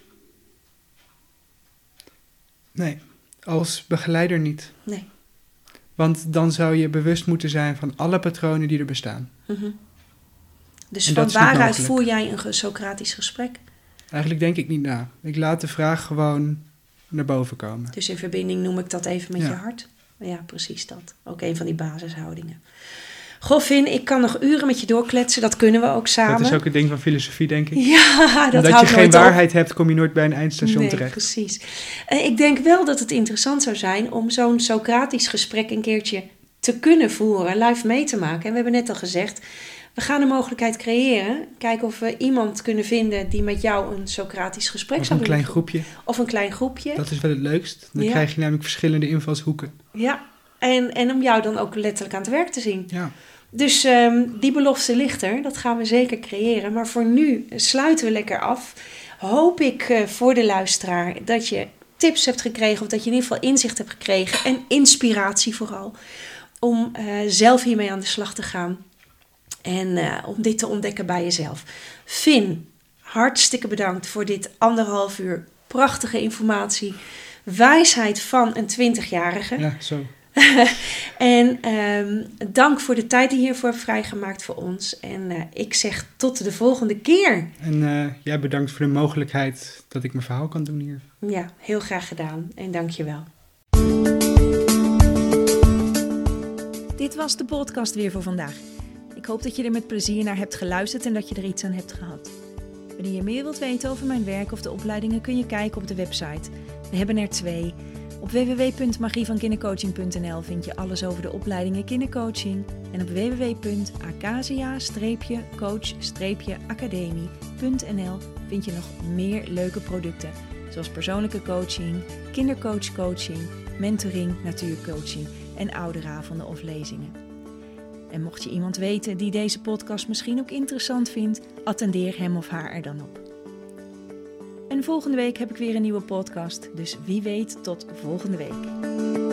Nee, als begeleider niet. Nee. Want dan zou je bewust moeten zijn van alle patronen die er bestaan. Mm-hmm. Dus En van dat is niet waaruit mogelijk. voer jij een Socratisch gesprek? Eigenlijk denk ik niet na. Ik laat de vraag gewoon naar boven komen. Dus in verbinding noem ik dat even met Ja. je hart. Ja, precies dat. Ook een van die basishoudingen. Goh, Finn, ik kan nog uren met je doorkletsen. Dat kunnen we ook samen. Dat is ook een ding van filosofie, denk ik. Ja, dat Omdat houdt je geen nooit op. waarheid hebt, kom je nooit bij een eindstation Nee, terecht. precies. Uh, ik denk wel dat het interessant zou zijn om zo'n Socratisch gesprek een keertje te kunnen voeren, live mee te maken. En we hebben net al gezegd, we gaan een mogelijkheid creëren. Kijken of we iemand kunnen vinden die met jou een Socratisch gesprek Of zou een willen klein voeren. groepje. Of een klein groepje. Dat is wel het leukst. Dan Ja. krijg je namelijk verschillende invalshoeken. Ja, en, en om jou dan ook letterlijk aan het werk te zien. Ja. Dus um, die belofte ligt er. Dat gaan we zeker creëren. Maar voor nu sluiten we lekker af. Hoop ik uh, voor de luisteraar dat je tips hebt gekregen. Of dat je in ieder geval inzicht hebt gekregen. En inspiratie vooral. Om uh, zelf hiermee aan de slag te gaan. En uh, om dit te ontdekken bij jezelf. Finn, hartstikke bedankt voor dit anderhalf uur prachtige informatie. Wijsheid van een twintigjarige. Ja, zo. En um, dank voor de tijd die je hiervoor hebt vrijgemaakt voor ons. En uh, ik zeg tot de volgende keer. En uh, jij bedankt voor de mogelijkheid dat ik mijn verhaal kan doen hier. Ja, heel graag gedaan. En dank je wel. Dit was de podcast weer voor vandaag. Ik hoop dat je er met plezier naar hebt geluisterd en dat je er iets aan hebt gehad. Wanneer je meer wilt weten over mijn werk of de opleidingen kun je kijken op de website. We hebben er twee. Op w w w punt magie van kindercoaching punt n l vind je alles over de opleidingen kindercoaching. En op w w w punt acacia coach academie punt n l vind je nog meer leuke producten. Zoals persoonlijke coaching, kindercoachcoaching, mentoring, natuurcoaching en ouderavonden of lezingen. En mocht je iemand weten die deze podcast misschien ook interessant vindt, attendeer hem of haar er dan op. En volgende week heb ik weer een nieuwe podcast, dus wie weet tot volgende week.